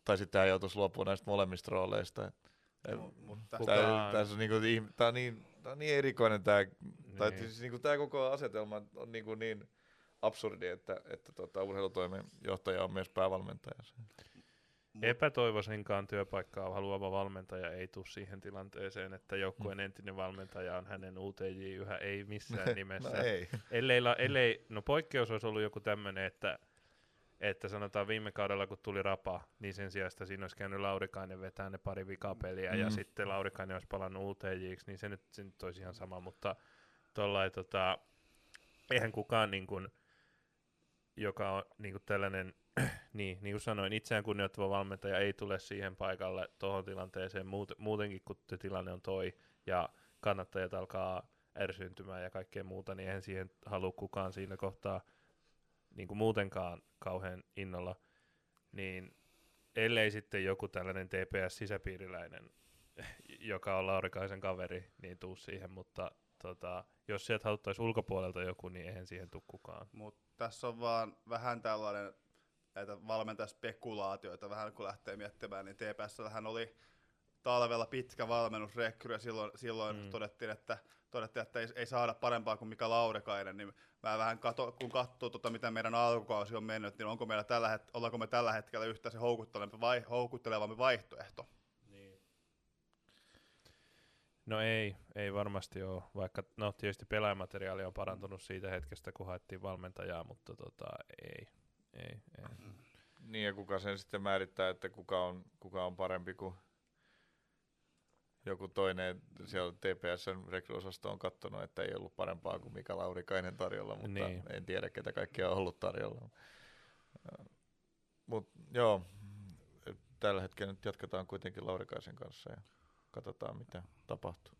tai sitten hän joutuisi luopumaan näistä molemmista rooleista. Mutta Tässä on niinku, tää on niin erikoinen tää, tai Niin. siis niinku tää koko asetelma on niinku niin absurdi, että urheilutoimenjohtaja on myös päävalmentaja. Epätoivoisinkaan työpaikkaa haluava valmentaja ei tule siihen tilanteeseen, että joukkueen entinen valmentaja on hänen UTJ yhä ei missään nimessä. No ei. No poikkeus olisi ollut joku tämmöinen, että sanotaan viime kaudella kun tuli Rapa, niin sen sijaan siinä olisi käynyt Laurikainen vetää ne pari vikapeliä ja sitten Laurikainen olisi palannut UTJ:ksi, niin se nyt olisi ihan sama, mutta tollain, eihän kukaan niin kuin, joka on niin kuin tällainen niin kuin sanoin, itseään kunnioittava valmentaja ei tule siihen paikalle tuohon tilanteeseen muutenkin, kun tilanne on toi, ja kannattajat alkaa ärsyyntymään ja kaikkea muuta, niin eihän siihen halua kukaan siinä kohtaa niin kuin muutenkaan kauhean innolla, niin ellei sitten joku tällainen TPS-sisäpiiriläinen, joka on Laurikaisen kaveri, niin tuu siihen, mutta jos sieltä haluttaisiin ulkopuolelta joku, niin eihän siihen tule kukaan. Mutta tässä on vaan vähän tällainen näitä valmentajaspekulaatioita, vähän kun lähtee miettimään, niin TPS:llähän oli talvella pitkä valmennusrekry, ja silloin todettiin, että ei saada parempaa kuin Mika Laurikainen, niin mä vähän kun katsoo, mitä meidän alkukausi on mennyt, niin ollaanko me tällä hetkellä yhtä se houkuttelevampi vaihtoehto? Niin. No ei varmasti ole, vaikka no tietysti pelaajamateriaali on parantunut siitä hetkestä, kun haettiin valmentajaa, mutta ei. Niin ja kuka sen sitten määrittää, että kuka on parempi kuin joku toinen. Siellä TPS:n rekryosasto on katsonut, että ei ollut parempaa kuin Mika Laurikainen tarjolla, mutta niin. En tiedä, ketä kaikkia on ollut tarjolla. Mutta joo, tällä hetkellä nyt jatketaan kuitenkin Laurikaisen kanssa ja katsotaan, mitä tapahtuu.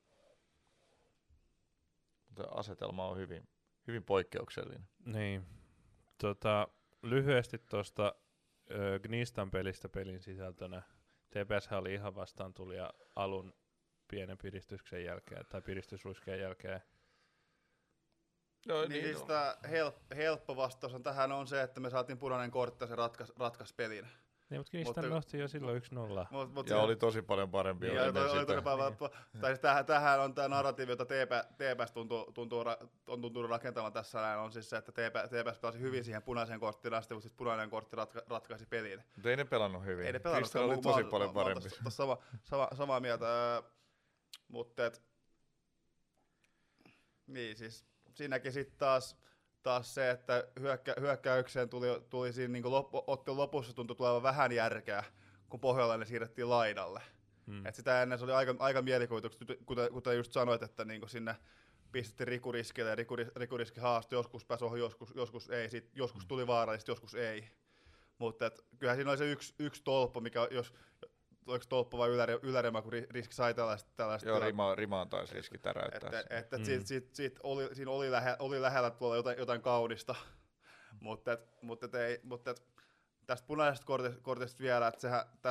Mutta asetelma on hyvin poikkeuksellinen. Niin. Lyhyesti tuosta Gnistan pelistä pelin sisältönä. TPS oli ihan vastaan tulija alun pienen piristyksen jälkeen tai piristysruiskeen jälkeen. No, niin siis helppo vastaus on tähän on se, että me saatiin punainen kortti ja se ratkaisi pelin. Niin, mutta Gnistan nosti jo silloin 1-0. Ja oli tosi paljon parempi. Niin, tähän on tämä narratiivi, jota TPS tuntuu rakentamaan tässä näin, on siis se, että TPS pelasi hyvin siihen punaiseen korttiin asti, mutta siis punainen kortti ratkaisi pelin. Mutta ei ne pelannut hyvin. Ei ne pelannut. Kristal oli tosi paljon parempi. Samaa mieltä, mutta niin siis siinäkin sitten taas se, että hyökkäykseen tuli siinä niin ottelun lopussa tuntui tulevan vähän järkeä, kun pohjalainen siirrettiin laidalle. Et sitä ennen se oli aika mielikuvituksesta, kuten just sanoit, että niin sinne pistettiin Rikuriskille ja Rikuriski haastoi, joskus pääsi ohi, joskus ei, joskus tuli vaarallisesti, joskus ei. Mutta kyllähän siinä oli se yksi tolppo, mikä oliko tolppo vai ylärima, kun Riski sai tällaista. Joo, rimaan taisi Riski täräyttää. Siinä oli lähellä tuolla jotain kaunista, mutta tästä punaisesta kortista vielä, että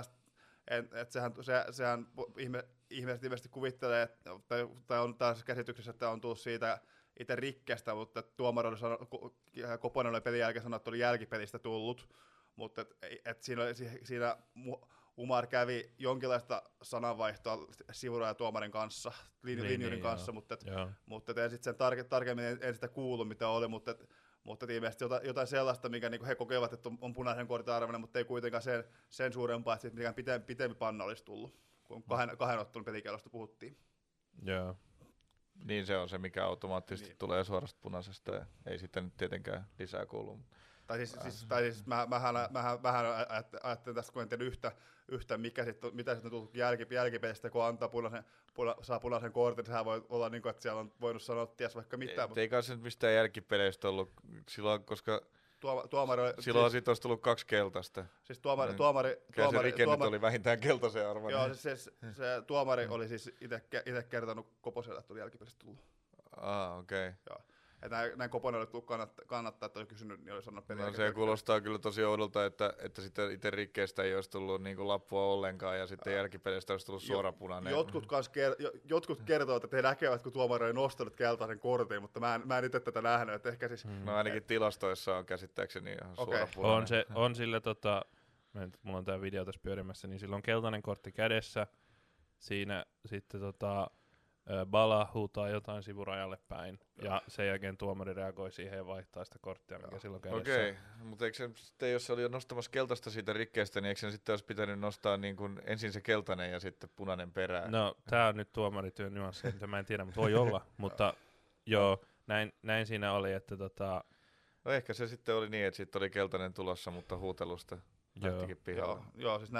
sehän ihmiset ilmeisesti kuvittelee, tai on taas käsityksessä, että on tullut siitä itse rikkeestä, mutta tuomari oli Koponen oli pelin jälkeen sanonut, että oli jälkipelistä tullut, mutta siinä Umar kävi jonkinlaista sananvaihtoa sivuraja tuomarin kanssa, linjurin kanssa, mutta en sitten sen tarkemmin en sitä kuullut, mitä oli, mutta ilmeisesti jotain sellaista, mikä niinku he kokevat, että on punaisen kortin arvoinen, mutta ei kuitenkaan sen suurempaa, että mikään pitempi panna olisi tullut, kun kahden ottelun pelikiellosta puhuttiin. Joo. Niin se on se, mikä automaattisesti tulee suorasta punaisesta ja ei sitten nyt tietenkään lisää kuulu. Tai siis mähän ajattelin tästä, kun en tiedä yhtä mitä sitten on tullut jälkipelistä, kun saa punaisen kortin, sehän voi olla niin kuin, että siellä on voinut sanoa ties vaikka mitään. Ei kai se nyt mistään jälkipeleistä ollut silloin, koska silloin siitä olisi tullut 2 keltaista. Siis tuomari se rike nyt oli vähintään keltaisen arvoinen. Joo, se tuomari oli siis itse kertonut Koposelle, että oli jälkipelistä tullut. Okei. Joo. Että näin Koponen oli tullut kannattaa, että oli kysynyt, niin oli sanonut peliä. No se kuulostaa kyllä tosi oudolta, että sitten itse rikkeestä ei olisi tullut niinku lappua ollenkaan ja sitten jälkipeleistä olisi tullut suora punainen. Jotkut kertovat, että he näkevät, kun tuomari oli nostanut keltaisen kortin, mutta mä en itse tätä nähnyt. Että ehkä siis, no ainakin tilastoissa on käsittääkseni ihan suora punainen. On sillä mulla on tää video tässä pyörimässä, niin sillä on keltainen kortti kädessä. Siinä sitten Bala huutaa jotain sivurajalle päin, ja sen jälkeen tuomari reagoi siihen ja vaihtaa sitä korttia, mikä silloin kädessä. Okei, mutta eikö se sitten, jos se oli jo nostamassa keltaista siitä rikkeestä, niin eikö sen sitten olisi pitänyt nostaa niin kuin ensin se keltainen ja sitten punainen perään? No, tää on nyt tuomarityön nyanssi, mitä mä en tiedä, mutta voi olla. Mutta joo, näin siinä oli, että No ehkä se sitten oli niin, että sitten oli keltainen tulossa, mutta huutelusta lähtikin pihalla. Joo, siis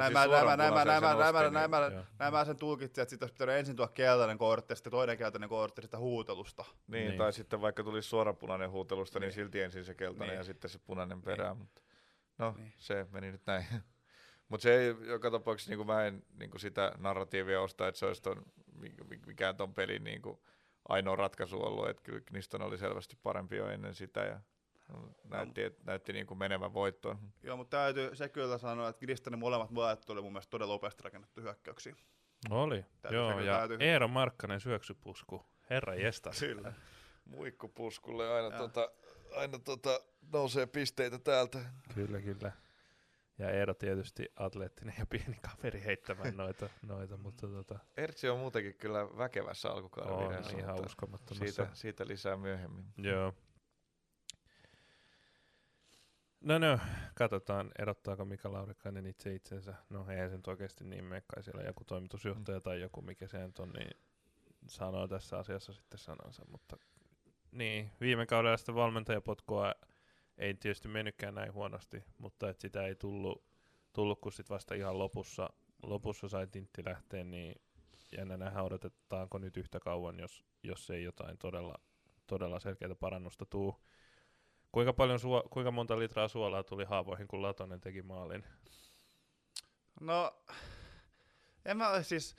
näin mä sen tulkitsin, että sitten olisi pitänyt ensin tuoda keltainen kortti ja sitten toinen keltainen kortti sitä huutelusta. Niin, tai sitten vaikka tulisi suorapunainen huutelusta, niin silti ensin se keltainen ja sitten se punainen perään. Mutta no, se meni nyt näin. Mutta se ei joka tapauksessa, niin mä en niin sitä narratiivia osta, että se olisi mikään ton pelin niin ainoa ratkaisu ollut, että kyllä Kniston oli selvästi parempi jo ennen sitä ja näytti niin kuin menevän voittoon. Joo, mutta täytyy se kyllä sanoa, että Knistonin molemmat maalit oli mun mielestä todella upeasti rakennettu hyökkäyksiä. Oli, joo, ja Eero Markkanen syöksypusku, herra jestas. Sillä, muikkupuskulle aina nousee pisteitä täältä. Kyllä. Ja Eero tietysti atleettinen ja pieni kaveri heittämään noita mutta Ertsi on muutenkin kyllä väkevässä alkukauden videossa. Ihan uskomattomassa. Siitä lisää myöhemmin. Joo. No, katsotaan, erottaako Mika Laurikainen itse itsensä. No, eihän se nyt oikeasti niin mene, kai siellä joku toimitusjohtaja tai joku, mikä se on, niin sanoo tässä asiassa sitten sanansa. Mutta niin, viime kaudella sitä valmentajapotkua ei tietysti mennytkään näin huonosti, mutta et sitä ei tullut kun sit vasta ihan lopussa sai Tintti lähteä, niin jännä nähdä odotetaanko nyt yhtä kauan, jos ei jotain todella selkeää parannusta tuu. Kuinka monta litraa suolaa tuli haavoihin, kun Latonen teki maalin? No, en mä siis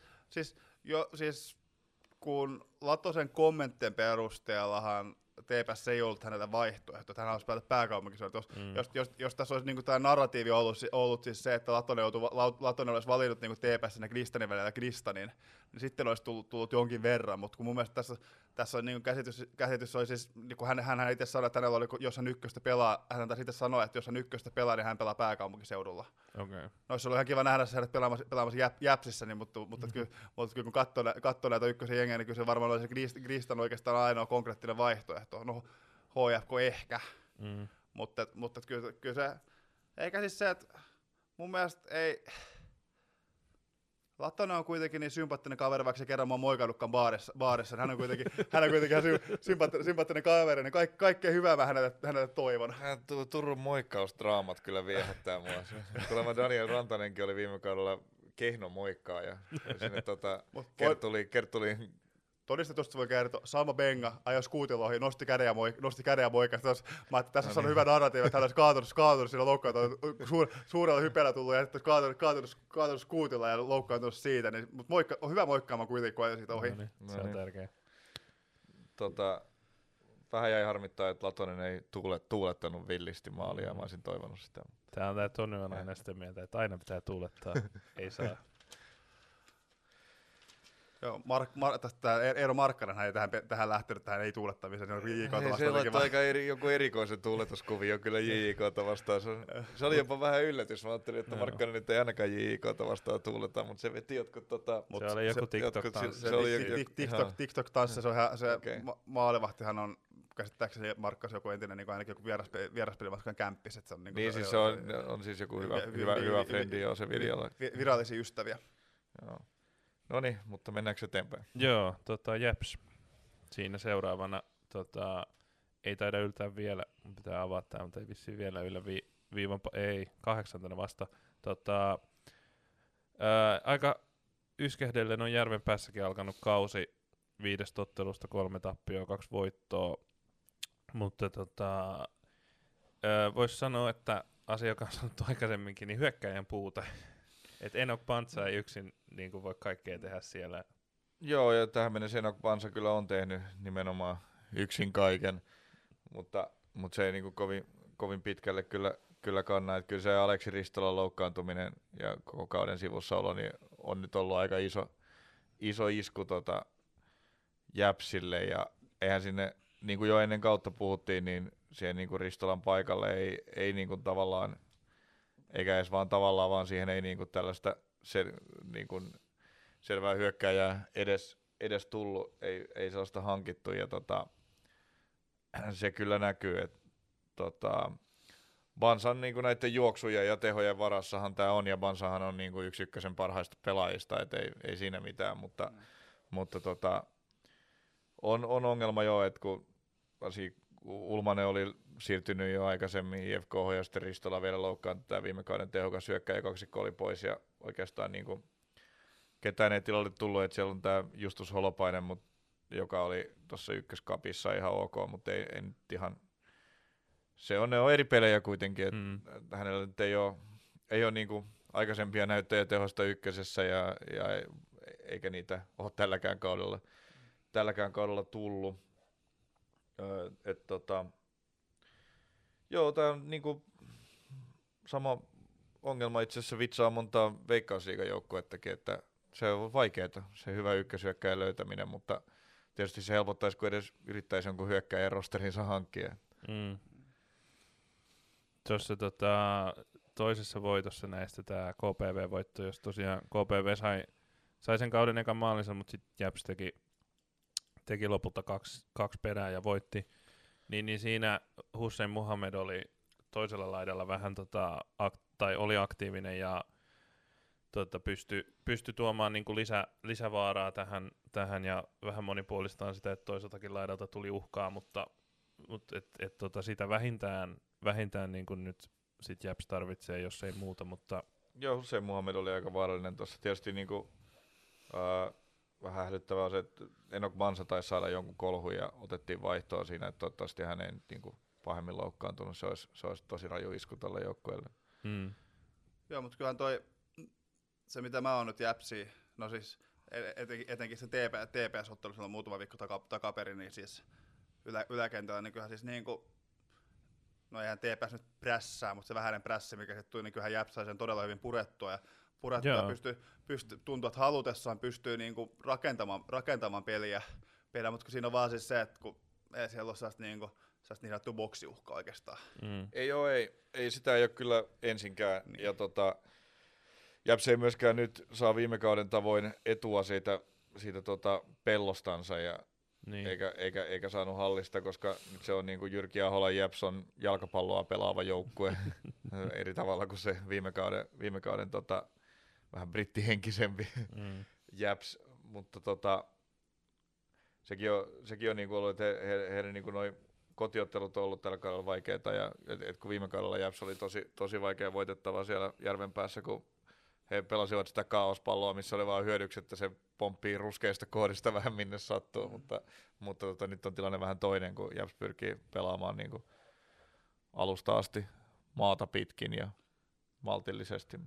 kun Latosen kommenttien perusteellahan TPS ei ollut hänellä vaihtoehto, että hän halusi päätä pääkaupunkiseudulla. Jos tässä olisi niinku tämä narratiivi ollut siis se, että Latonen olisi valinnut niinku TPS ja Kristanin välillä Kristanin, niin sitten olisi tullut jonkin verran, mutta kun mun mielestä tässä on niinku käsitys oli siis, niin kuin hän itse sanoi, että hänellä oli, jos hän ykköstä pelaa, hän taisi itse sanoa, että jos hän ykköstä pelaa, niin hän pelaa pääkaupunkiseudulla. Okay. No olisi ollut ihan kiva nähdä se pelaamassa Jäpsissä, niin, mutta kyllä kun katsoo näitä ykkösen jengejä, niin kyllä se varmaan oli se Kristan oikeastaan ainoa konkreettinen vaihtoehto. No HFK ehkä, mutta kyllä se, eikä siis se, että mun mielestä ei, Latonen on kuitenkin niin sympaattinen kaveri, vaikka se kerran mä oon moikannutkaan baarissa. Hän on kuitenkin ihan sympaattinen kaveri, niin kaikkea hyvää mä hänelle toivon. Turun moikkausdraamat kyllä viehättää mua. Kuulemma Daniel Rantanenkin oli viime kaudella kehno moikkaaja. Sinne Kertuli todistetusti voi kertoa, Salma Benga ajoi skuutilla ohi, nosti käden ja moikasta. Mä ajattelin, tässä on hyvä narratiivi, että hän olisi kaatunut siinä loukkaantunut, suurella hypeellä tullut ja sitten kaatunut skuutilla ja loukkaantunut siitä. Niin, mutta on hyvä moikkaamaan kuitenkin, kun ajoi siitä ohi. Se on tärkeä. Vähän jäi harmittaa, että Latonen ei tuulettanut villisti maalia, mä olisin toivonut sitä. Tää Tony on aina sitä mieltä, että aina pitää tuulettaa, ei saa. Joo, Eero Markkanen ei tähän lähtenyt tähän ei tuulettamiseen, niin JJK:ta vastaan. Se laittoi aika joku erikoisen tuuletuskuvio kyllä JJK:ta vastaan. Se oli jopa vähän yllätys. Mä ajattelin, että Markkanen nyt ei ainakaan JJK:ta vastaan tuuleta, mutta se veti jotkut se oli joku TikTok-tanssi. TikTok-tanssi, se maalivahtihan on käsittääkseni Markkas joku entinen niin ainakin joku vieraspelimaskan kämppis. Että se on, niin siis se on siis joku hyvä frendi jo se videolla. Virallisia ystäviä. Joo. Noniin, mutta mennäänkö eteenpäin? Joo, Jeps. Siinä seuraavana, ei taida yltää vielä, pitää avata tämä, mutta ei vissiin vielä yllä ei, 8. vasta. Aika yskehdellen on Järvenpäässäkin alkanut kausi 5 ottelusta 3 tappioa, 2 voittoa, mutta voisi sanoa, että asia, joka on sanottu aikaisemminkin, niin hyökkäjän puute. Että Enok Pantsa ei yksin niin kuin voi kaikkea tehdä siellä. Joo, ja tähän mennessä Enok Pantsa kyllä on tehnyt nimenomaan yksin kaiken, mutta se ei niin kuin kovin pitkälle kyllä kanna. Että kyllä se Aleksi Ristolan loukkaantuminen ja koko kauden sivussaolo niin on nyt ollut aika iso isku Jäpsille, ja eihän sinne, niin kuin jo ennen kautta puhuttiin, niin siihen niin kuin Ristolan paikalle ei niin kuin tavallaan eikä edes vaan tavallaan, vaan siihen ei niinku tällaista niinku selvää hyökkääjää edes tullut, ei sellaista hankittu, ja se kyllä näkyy, että Bansan niinku näiden juoksujen ja tehojen varassahan tämä on, ja Bansahan on niinku yksi ykkösen parhaista pelaajista, et ei siinä mitään, mutta on ongelma jo, että kun Ulmanen oli siirtynyt jo aikaisemmin IFK:hon ja sitten Ristola vielä loukkaantui, tämä viime kauden tehokas hyökkäjä kaksikko oli pois, ja oikeastaan niinku ketään ei tilalle tullut, että siellä on tämä Justus Holopainen, joka oli tuossa ykköskapissa ihan ok, mutta ei nyt ihan, ne on eri pelejä kuitenkin, että hänellä nyt ei ole niinku aikaisempia näyttöjä tehosta ykkösessä, ja eikä niitä ole tälläkään kaudella tullut. Joo, tämä on niinku sama ongelma itse asiassa vitsaa monta Veikkausliigajoukkuettakin, että se on vaikeaa, se hyvä ykköshyökkäjän löytäminen, mutta tietysti se helpottaisi, kun edes yrittäisi jonkun hyökkäjän rosterinsa hankkia. Tuossa toisessa voitossa näistä tämä KPV-voitto, jos tosiaan KPV sai sen kauden ekan maalinsa, mutta sitten Japs teki lopulta kaksi perää ja voitti, niin siinä Hussein Muhammed oli toisella laidalla vähän tai oli aktiivinen ja pystyi tuomaan niinku lisävaaraa tähän ja vähän monipuolistaan sitä, että toiseltakin laidalta tuli uhkaa, mutta sitä vähintään niin kuin nyt sit Japs tarvitsee, jos ei muuta, mutta joo, Hussein Muhammed oli aika vaarallinen tuossa. Tietysti niinku, vähän hälyttävää on se, että Enok Bansa taisi saada jonkun kolhun ja otettiin vaihtoa siinä, että toivottavasti hän ei niinku pahemmin loukkaantunut. Se olisi tosi raju isku tälle joukkueelle. Joo, mutta kyllähän se mitä mä oon nyt Japsia, no siis etenkin se TPS-ottelu silloin muutama viikko takaperin, niin siis yläkentällä, niin kyllähän siis niinku, no eihän TPS nyt prässää, mutta se vähäinen prässi, mikä sitten tuli, niin kyllähän Japs sai sen todella hyvin purettua ja tuntuu, että halutessaan pystyy niinku rakentamaan peliä, mutta siinä on vaan siis se, että kun ei siellä ole sellaista niin sanottua boksiuhkaa oikeastaan. Ei sitä ei ole kyllä ensinkään, niin. Ja Japs ei myöskään nyt saa viime kauden tavoin etua siitä pellostansa, ja niin. eikä saanut hallista, koska nyt se on niin kuin Jyrki Aholan Japs on jalkapalloa pelaava joukkue eri tavalla kuin se viime kauden vähän brittihenkisempi Japs, mutta sekin on niin kuin ollut, että heidän niin kuin noi kotiottelut on ollut tällä kaudella vaikeita, ja et kun viime kaudella Japs oli tosi vaikea voitettava siellä Järvenpäässä, kun he pelasivat sitä kaaospalloa, missä oli vaan hyödyksi, että se pomppii ruskeista kohdista vähän minne sattuu, mutta nyt on tilanne vähän toinen, kun Japs pyrkii pelaamaan niin kuin alusta asti maata pitkin ja maltillisesti.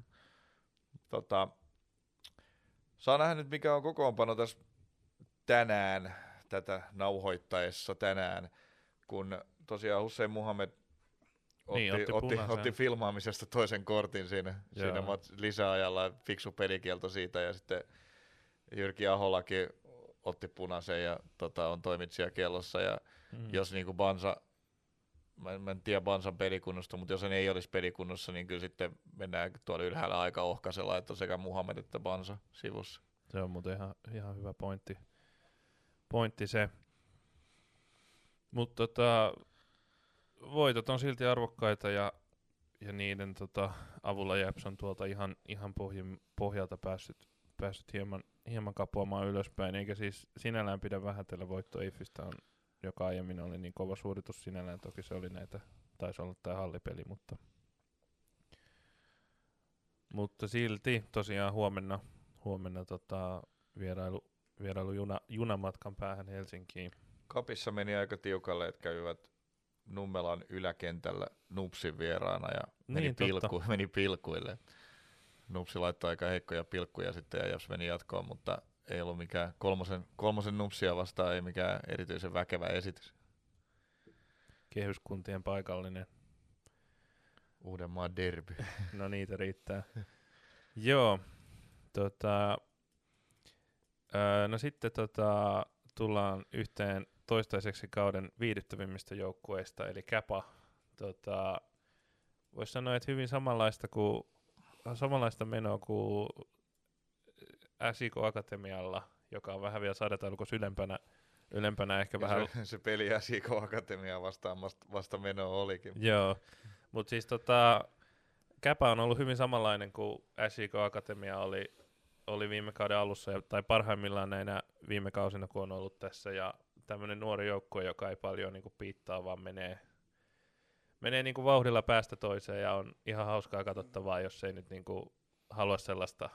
Saa nähdä nyt, mikä on kokoonpano tässä tänään, tätä nauhoittaessa tänään, kun tosiaan Hussein Muhammed otti filmaamisesta toisen kortin siinä lisäajalla, fiksu pelikielto siitä, ja sitten Jyrki Aholakin otti punaisen ja on toimitsijakiellossa, ja jos niinku Bansa, mä en tiedä Bansan pelikunnosta, mutta jos ei olisi pelikunnossa, niin kyllä sitten mennään tuolla ylhäällä aika ohkaisella, että on sekä Muhammed että Bansa sivussa. Se on muuten ihan hyvä pointti se. Mutta voitot on silti arvokkaita ja niiden avulla Japs on tuolta ihan pohjalta päässyt hieman kapuamaan ylöspäin, eikä siis sinällään pidä vähätellä voitto Eiffistä, joka aiemmin oli niin kova suoritus sinällään, toki se oli taisi olla tämä hallipeli, mutta silti tosiaan huomenna vierailu junamatkan päähän Helsinkiin. Kapissa meni aika tiukalle, että kävivät Nummelan yläkentällä Nupsin vieraana ja meni pilkuille. Nupsi laittoi aika heikkoja pilkkuja sitten ja Japs meni jatkoon, mutta ei ollut mikään kolmosen Nupsia vastaan, ei mikään erityisen väkevä esitys. Kehyskuntien paikallinen. Uudenmaan derby. No niitä riittää. Joo. No sitten tullaan yhteen toistaiseksi kauden viihdyttävimmistä joukkueista, eli Käpa. voisi sanoa, että hyvin samanlaista menoa kuin SIK Akatemialla, joka on vähän vielä sarjataulukossa ylempänä ehkä Ja vähän. se peli SIK Akatemiaa vastaan vasta menoa olikin. Joo, mutta siis Käpä on ollut hyvin samanlainen kuin SIK Akatemia oli viime kauden alussa, tai parhaimmillaan näinä viime kausina, kun on ollut tässä, ja tämmöinen nuori joukkue, joka ei paljon niinku piittaa, vaan menee niinku vauhdilla päästä toiseen, ja on ihan hauskaa katsottavaa, jos ei nyt niinku halua sellaista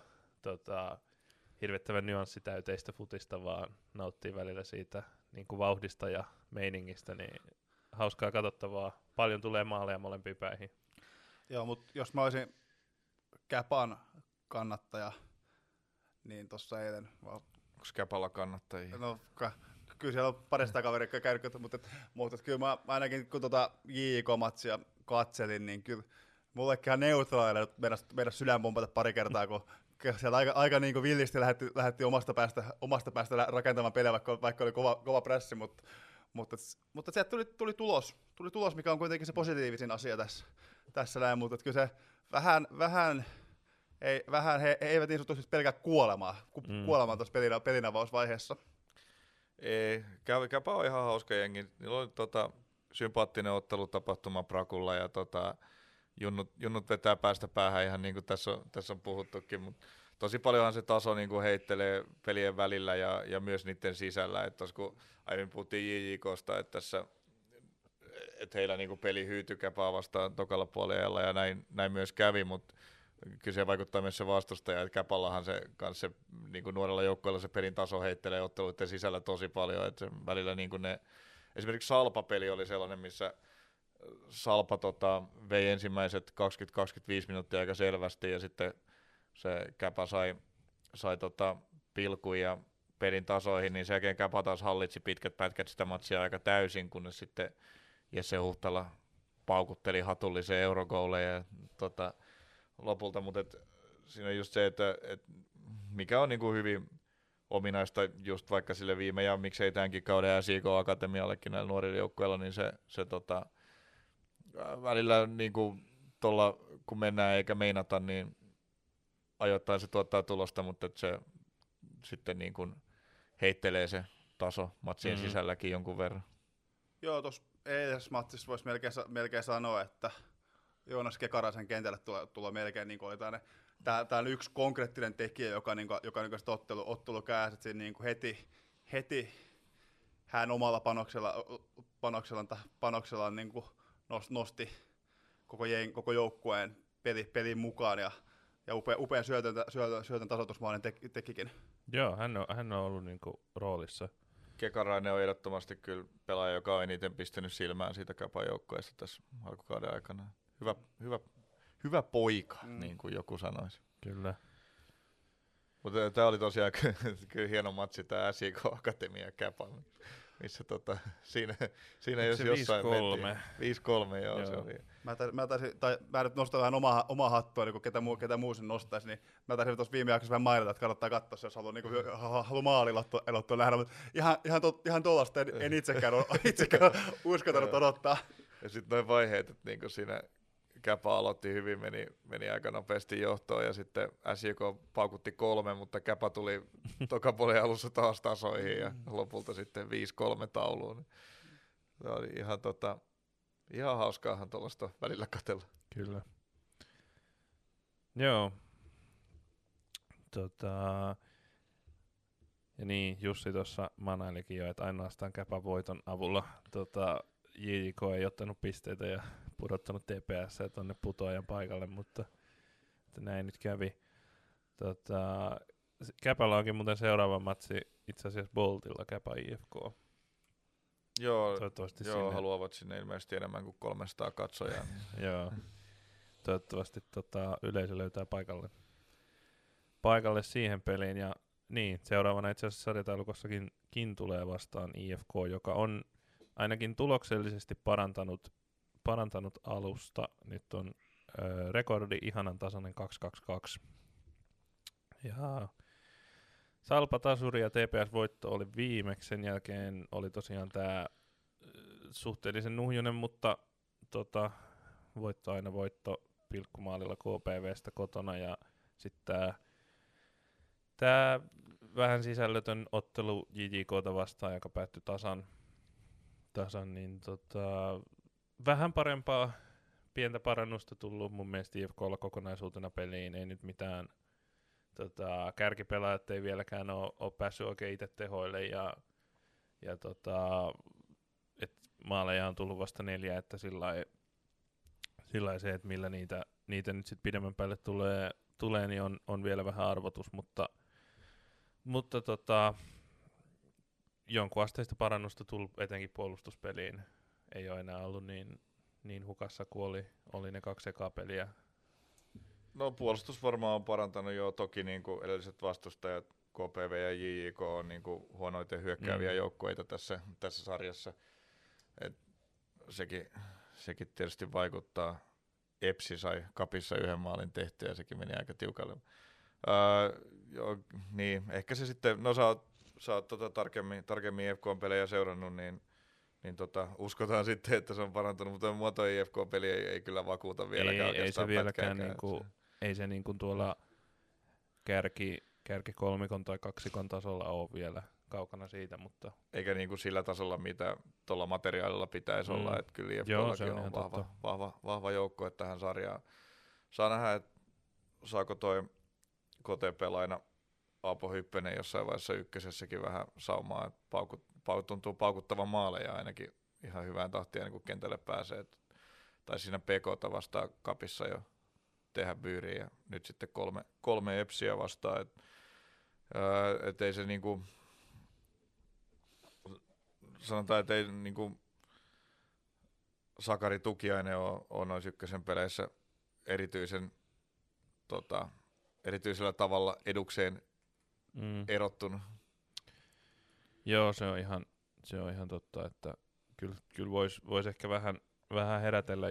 hirvittävän nyanssitäyteistä futista, vaan nauttii välillä siitä niinku vauhdista ja meiningistä, niin hauskaa katsottavaa. Paljon tulee maaleja molempiin päihin. Joo, mutta jos mä olisin Käpan kannattaja, niin tossa eilen... Onko Käpalla kannattajia? No, kyllä siellä on parista kaveria käynyt, mutta kyllä mä ainakin kun JIK-matsia katselin, niin kyllä mullekin ihan neutraalille meidän sydän pumpata pari kertaa, kun sieltä aika niin kuin villisti lähdettiin omasta päästä rakentamaan peliä, vaikka oli kova pressi, mutta sieltä tuli tulos, mikä on kuitenkin se positiivisin asia tässä näin, mutta kyllä se vähän he eivät niin sanotusti pelkää kuolemaa tuossa pelinavausvaiheessa. Ei, Käpä on ihan hauska jengi. Niillä oli sympaattinen ottelutapahtuma Prakulla ja junnut vetää päästä päähän ihan niin kuin tässä on puhuttukin, mutta tosi paljonhan se taso niin kuin heittelee pelien välillä ja myös niiden sisällä. Että kun aiemmin puhuttiin JJKsta, että heillä niin kuin peli hyytyi Käpää vastaan tokalla puolella ja näin myös kävi, mutta kyllä se vaikuttaa myös se vastustaja, että Käpallahan se niin kuin nuorella joukkueella se pelin taso heittelee otteluiden sisällä tosi paljon, että välillä niin kuin esimerkiksi Salpa-peli oli sellainen, missä Salpa vei ensimmäiset 20-25 minuuttia aika selvästi ja sitten se Käpä sai pilkun ja pelin tasoihin, niin sen jälkeen Käpä taas hallitsi pitkät pätkät sitä matsia aika täysin, kunnes sitten Jesse Huhtala paukutteli hatulliseen eurogooleen ja lopulta, mutta siinä on just se, että mikä on niinku hyvin ominaista just vaikka sille viime ja miksei tämänkin kauden SIK Akatemiallekin näillä nuorilla joukkueilla, niin se välillä niinku tuolla kun mennään eikä meinata, niin ajoittain se tuottaa tulosta, mutta se sitten niinku heittelee se taso matsien sisälläkin jonkun verran. Joo, tuossa eilisessä matsissa voisi melkein sanoa, että Joonas Kekaraisen kentälle tulee melkein niin kuin tämä on yksi konkreettinen tekijä, joka ottelu käänsi, että niin heti hän omalla panoksellaan niin kuin nosti koko joukkueen pelin mukaan ja upean syötön tasoitusmaalin tekikin. Joo, hän on ollut niin kuin roolissa. Kekarainen on ehdottomasti kyllä pelaaja, joka on eniten pistänyt silmään siitä Käpän joukkueesta tässä alkukauden aikana. Hyvä poika, niin kuin joku sanoisi. Kyllä. Mutta tämä oli tosiaan kyllä hieno matsi, tämä SIK Akatemia Käpä, missä siinä jos jossain 5-3, joo. Se oli. Mä nyt nostan vähän omaa hattua, niin kun ketä muu sen nostaisi, niin mä taisin tuossa viime jaksossa vähän mainita, että kannattaa katsoa, jos haluaa maalilottoa nähdä, mutta ihan tuollaista en itsekään uskaltanut odottaa. Ja sitten noin vaiheet, että niin siinä Käpä aloitti hyvin, meni aika nopeasti johtoon ja sitten SJK paukutti 3, mutta Käpä tuli tokapuolen alussa taas tasoihin ja lopulta sitten 5-3 tauluun. Se oli ihan hauskaahan tuollaista välillä katsella. Kyllä. Joo. Ja niin, Jussi tuossa manailikin jo, että ainoastaan Käpän voiton avulla JJK ei ottanut pisteitä ja pudottanut TPS tuonne putoajan paikalle, mutta näin nyt kävi. Käpällä onkin muuten seuraava matsi itse asiassa Boltilla, Käpä IFK. Joo, toivottavasti sinne haluavat sinne ilmeisesti enemmän kuin 300 katsojaa. Joo, toivottavasti yleisö löytää paikalle siihen peliin. Ja niin, seuraavana itse asiassa sarjataulukossakin tulee vastaan IFK, joka on ainakin tuloksellisesti parantanut alusta. Nyt on rekordi ihanan tasainen 2-2-2. Ja Salpa tasuri ja TPS-voitto oli viimeksi. Sen jälkeen oli tosiaan tämä suhteellisen nuhjunen, mutta aina voitto pilkkumaalilla KPVstä kotona ja sitten tää vähän sisällötön ottelu JJK:ta vastaan, joka päättyi tasan niin vähän parempaa pientä parannusta tullut mun mielestä IFK:lla kokonaisuutena peliin, ei nyt mitään kärkipelaajat ei vieläkään ole päässyt oikein itse tehoille ja et maaleja on tullut vasta 4, että sillä se, että millä niitä nyt sit pidemmän päälle tulee niin on vielä vähän arvotus, mutta jonkun asteista parannusta tullut etenkin puolustuspeliin. Ei ole enää ollut niin hukassa kuin oli ne 2 ekaa peliä. No puolustus varmaan on parantanut jo, toki niin kuin edelliset vastustajat, KPV ja JJK on niin kuin huonoiten hyökkääviä joukkueita tässä sarjassa. Et sekin tietysti vaikuttaa. Epsi sai kapissa 1 maalin tehtyä ja sekin meni aika tiukalle. Joo, niin, ehkä se sitten, no sä oot tarkemmin IFK-pelejä seurannut, niin uskotaan sitten, että se on parantunut, mutta mua toi IFK-peli ei kyllä vakuuta vieläkään. Ei se vieläkään, ei se niinku tuolla kärki kolmikon tai kaksikon tasolla ole vielä kaukana siitä, mutta... Eikä niinku sillä tasolla, mitä tuolla materiaalilla pitäisi olla, että kyllä IFK:llakin on vahva joukko, että tähän sarjaan saa nähdä, että saako toi KTP-laina Aapo Hyppönen jossain vaiheessa ykkösessäkin vähän saumaa, että tuntuu paukuttavan maaleja ainakin ihan hyvään tahtiin, kun kentälle pääsee. Tai siinä Pekota vastaan kapissa jo tehdä byyriä ja nyt sitten kolme Epsiä vastaan. Et ei se niinku, sanotaan, että ei niinku Sakari Tukiainen on noissa ykkösen peleissä erityisellä tavalla edukseen erottunut. Joo, se on ihan totta, että kyllä vois ehkä vähän herätellä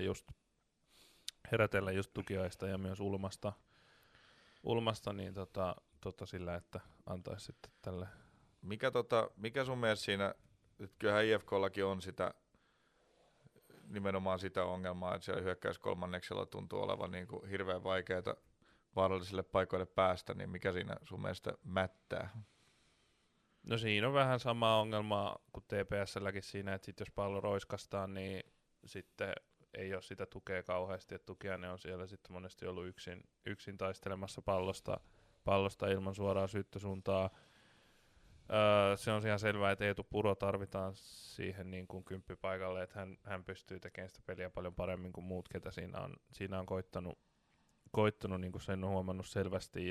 just Tukiaista ja myös ulmasta niin sillä, että antaisi sitten tälle. Mikä sun mielestä siinä, että kyllähän IFK:llakin on nimenomaan sitä ongelmaa, että siellä hyökkäyskolmanneksella tuntuu olevan niin kuin hirveän vaikeaa vaarallisille paikoille päästä, niin mikä siinä sun mielestä mättää? No siinä on vähän samaa ongelmaa kuin TPS:lläkin siinä, että sit jos pallo roiskastaan, niin sitten ei ole sitä tukea kauheasti, että Tukiainen on siellä sitten monesti ollut yksin taistelemassa pallosta ilman suoraa syöttösuuntaa. Se on ihan selvää, että Eetu Puro tarvitaan siihen niin kuin kymppipaikalle, että hän pystyy tekemään sitä peliä paljon paremmin kuin muut, ketä siinä on koittanut niin kuin sen on huomannut selvästi.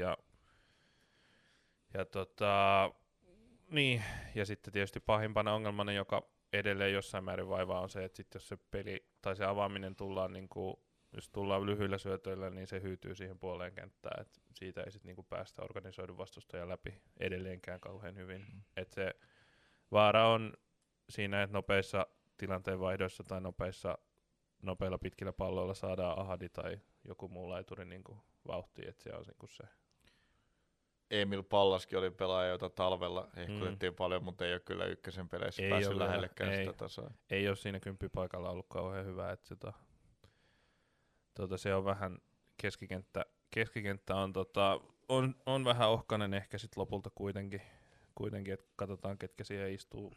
Niin, ja sitten tietysti pahimpana ongelmana, joka edelleen jossain määrin vaivaa, on se, että sit jos se peli tai se avaaminen tullaan, niin kuin, jos tullaan lyhyillä syötöillä, niin se hyytyy siihen puoleen kenttään, että siitä ei sitten niin kuin päästä organisoidun vastustajan läpi edelleenkään kauhean hyvin. Että se vaara on siinä, että nopeissa tilanteenvaihdoissa tai nopeilla pitkillä palloilla saadaan Ahadi tai joku muu laituri niin kuin vauhtiin, että se on niin kuin se. Emil Pallaskin oli pelaaja, jota talvella hehkutettiin paljon, mutta ei ole kyllä ykkösen peleissä päässyt lähellekään sitä tasoa. Ei ole siinä kymppipaikalla ollut kauhean hyvä, että se on vähän keskikenttä on vähän ohkainen ehkä sit lopulta kuitenkin että katsotaan ketkä siihen istuu.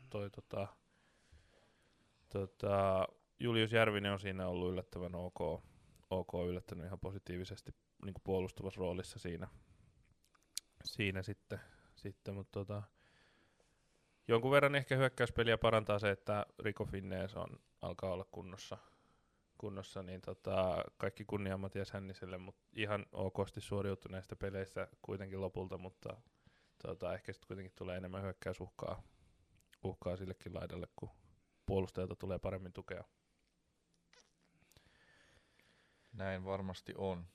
Julius Järvinen on siinä ollut yllättävän ok yllättänyt ihan positiivisesti niin kuin puolustavassa roolissa siinä sitten mutta jonkun verran ehkä hyökkäyspeliä parantaa se, että Rico Finnees alkaa olla kunnossa niin kaikki kunnia Matias Hänniselle, mutta ihan okosti suoriutui näistä peleistä kuitenkin lopulta, mutta ehkä sitten kuitenkin tulee enemmän hyökkäysuhkaa sillekin laidalle, kun puolustajalta tulee paremmin tukea. Näin varmasti on.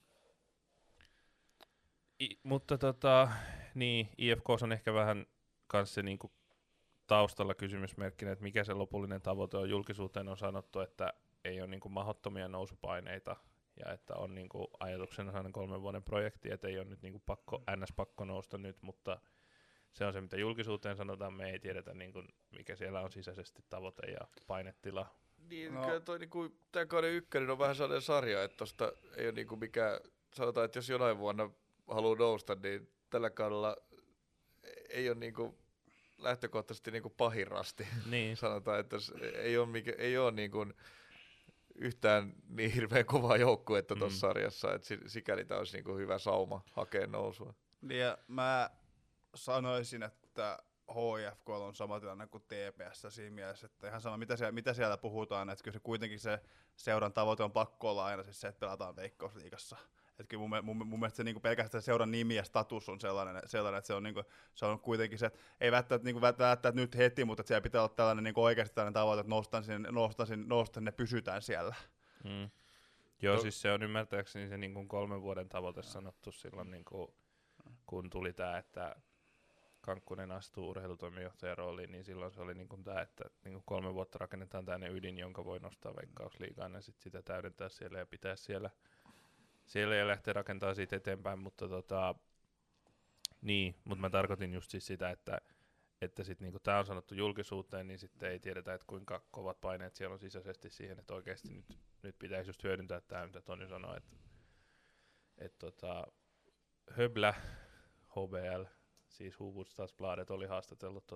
Mutta niin, IFK:ssa on ehkä vähän kans se niinku taustalla kysymysmerkkinä, että mikä se lopullinen tavoite on. Julkisuuteen on sanottu, että ei ole niinku mahdottomia nousupaineita ja että on niinku ajatuksena sellainen 3 vuoden projekti, että ei ole nyt niinku pakko nousta nyt, mutta se on se, mitä julkisuuteen sanotaan. Me ei tiedetä, niinku, mikä siellä on sisäisesti tavoite ja painetila. Niin, kyllä toi niinku, tämän kauden ykkönen on vähän sellainen sarja, että tosta ei ole niinku mikään, sanotaan, että jos jonain vuonna haluaa nousta, niin tällä kaudella ei ole niinku lähtökohtaisesti niinku pahin rasti. Niin. Sanotaan, että ei ole niinku yhtään niin hirveän kovaa joukkuetta tuossa sarjassa, että sikäli tämä olisi niinku hyvä sauma hakea nousua. Niin ja mä sanoisin, että HIFK on sama tilanne kuin TPS siinä mielessä, että ihan sama mitä siellä puhutaan, että kyllä se kuitenkin se seuran tavoite on pakko olla aina siis se, että pelataan Veikkausliigassa. Että kyllä mun mielestä se niinku pelkästään seuran nimi ja status on sellainen että se on kuitenkin se, ei välttämättä nyt heti, mutta siellä pitää olla tällainen niinku oikeasti tällainen tavoite, että noustaan ne pysytään siellä. Joo, siis se on ymmärtääkseni se niin kuin 3 vuoden tavoite sanottu silloin, niin kuin, kun tuli tämä, että Kankkunen astuu urheilutoimenjohtajan rooliin, niin silloin se oli niin kuin tämä, että niin kuin 3 vuotta rakennetaan tänne ydin, jonka voi nostaa Veikkausliigaan ja sitten sitä täydentää siellä ja pitää siellä ja lähteä rakentamaan siitä eteenpäin, mutta mutta mä tarkoitin just siis sitä, että sit niinku tää on sanottu julkisuuteen, niin sitten ei tiedetä, että kuinka kovat paineet siellä on sisäisesti siihen, että oikeasti nyt pitäisi just hyödyntää tämä, mitä Toni sanoi, että Höblä, HBL, siis Hufvudstadsbladet oli haastatellut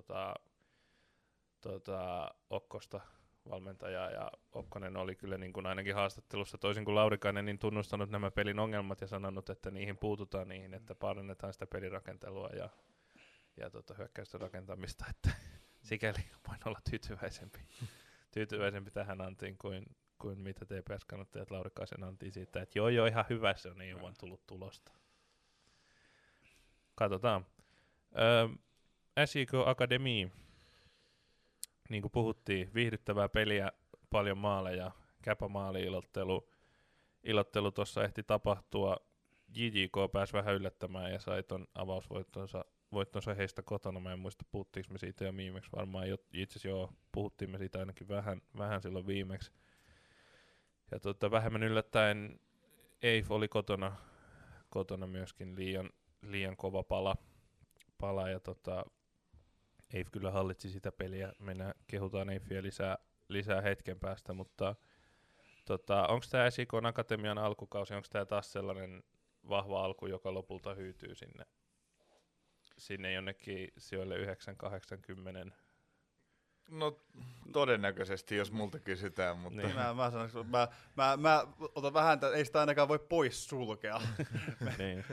Okkosta valmentajaa, ja Okkonen oli kyllä niin kuin ainakin haastattelussa toisin kuin Laurikainen niin tunnustanut nämä pelin ongelmat ja sanonut, että niihin puututaan niihin, että parannetaan sitä pelirakentelua ja hyökkäysten rakentamista, että sikäli voin olla tyytyväisempi tähän antiin kuin mitä TPS-kannattajat Laurikaisen antiin siitä, että joo ihan hyvä se on, ei ole vaan tullut tulosta. Katsotaan. SJK Akademi. Niin kuin puhuttiin, viihdyttävää peliä, paljon maaleja, käpämaali-ilottelu tuossa ehti tapahtua. JJK pääsi vähän yllättämään ja sai ton avausvoittonsa heistä kotona. Mä en muista, puhuttiinko me siitä jo viimeksi. Varmaan itse asiassa puhuttiin me siitä ainakin vähän silloin viimeksi. Ja vähemmän yllättäen EIF oli kotona myöskin liian kova pala ja EIF kyllä hallitsi sitä peliä, mennään kehutaan EIFiä lisää hetken päästä, mutta onko tämä SJK:n Akatemian alkukausi, onko tämä taas sellainen vahva alku, joka lopulta hyytyy sinne jonnekin sijoille 9-80? No todennäköisesti, jos multa kysytään, mutta... Niin. Mä otan vähän, että ei sitä ainakaan voi pois sulkea. Niin.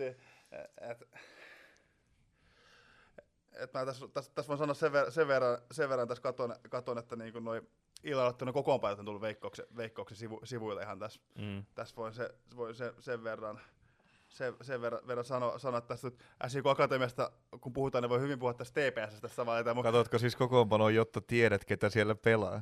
Mä tässä voin sanoa sen verran tässä katon että niinku noi ilmoittanut kokoonpaikat on tullut Veikkauksen sivuille ihan tässä. Tässä voin sen verran sanoa, että tässä SJK Akatemiasta, kun puhutaan, niin voi hyvin puhua tästä TPS:stä tässä vaiheessa. Katotko siis kokoonpanoa, jotta tiedät, ketä siellä pelaa?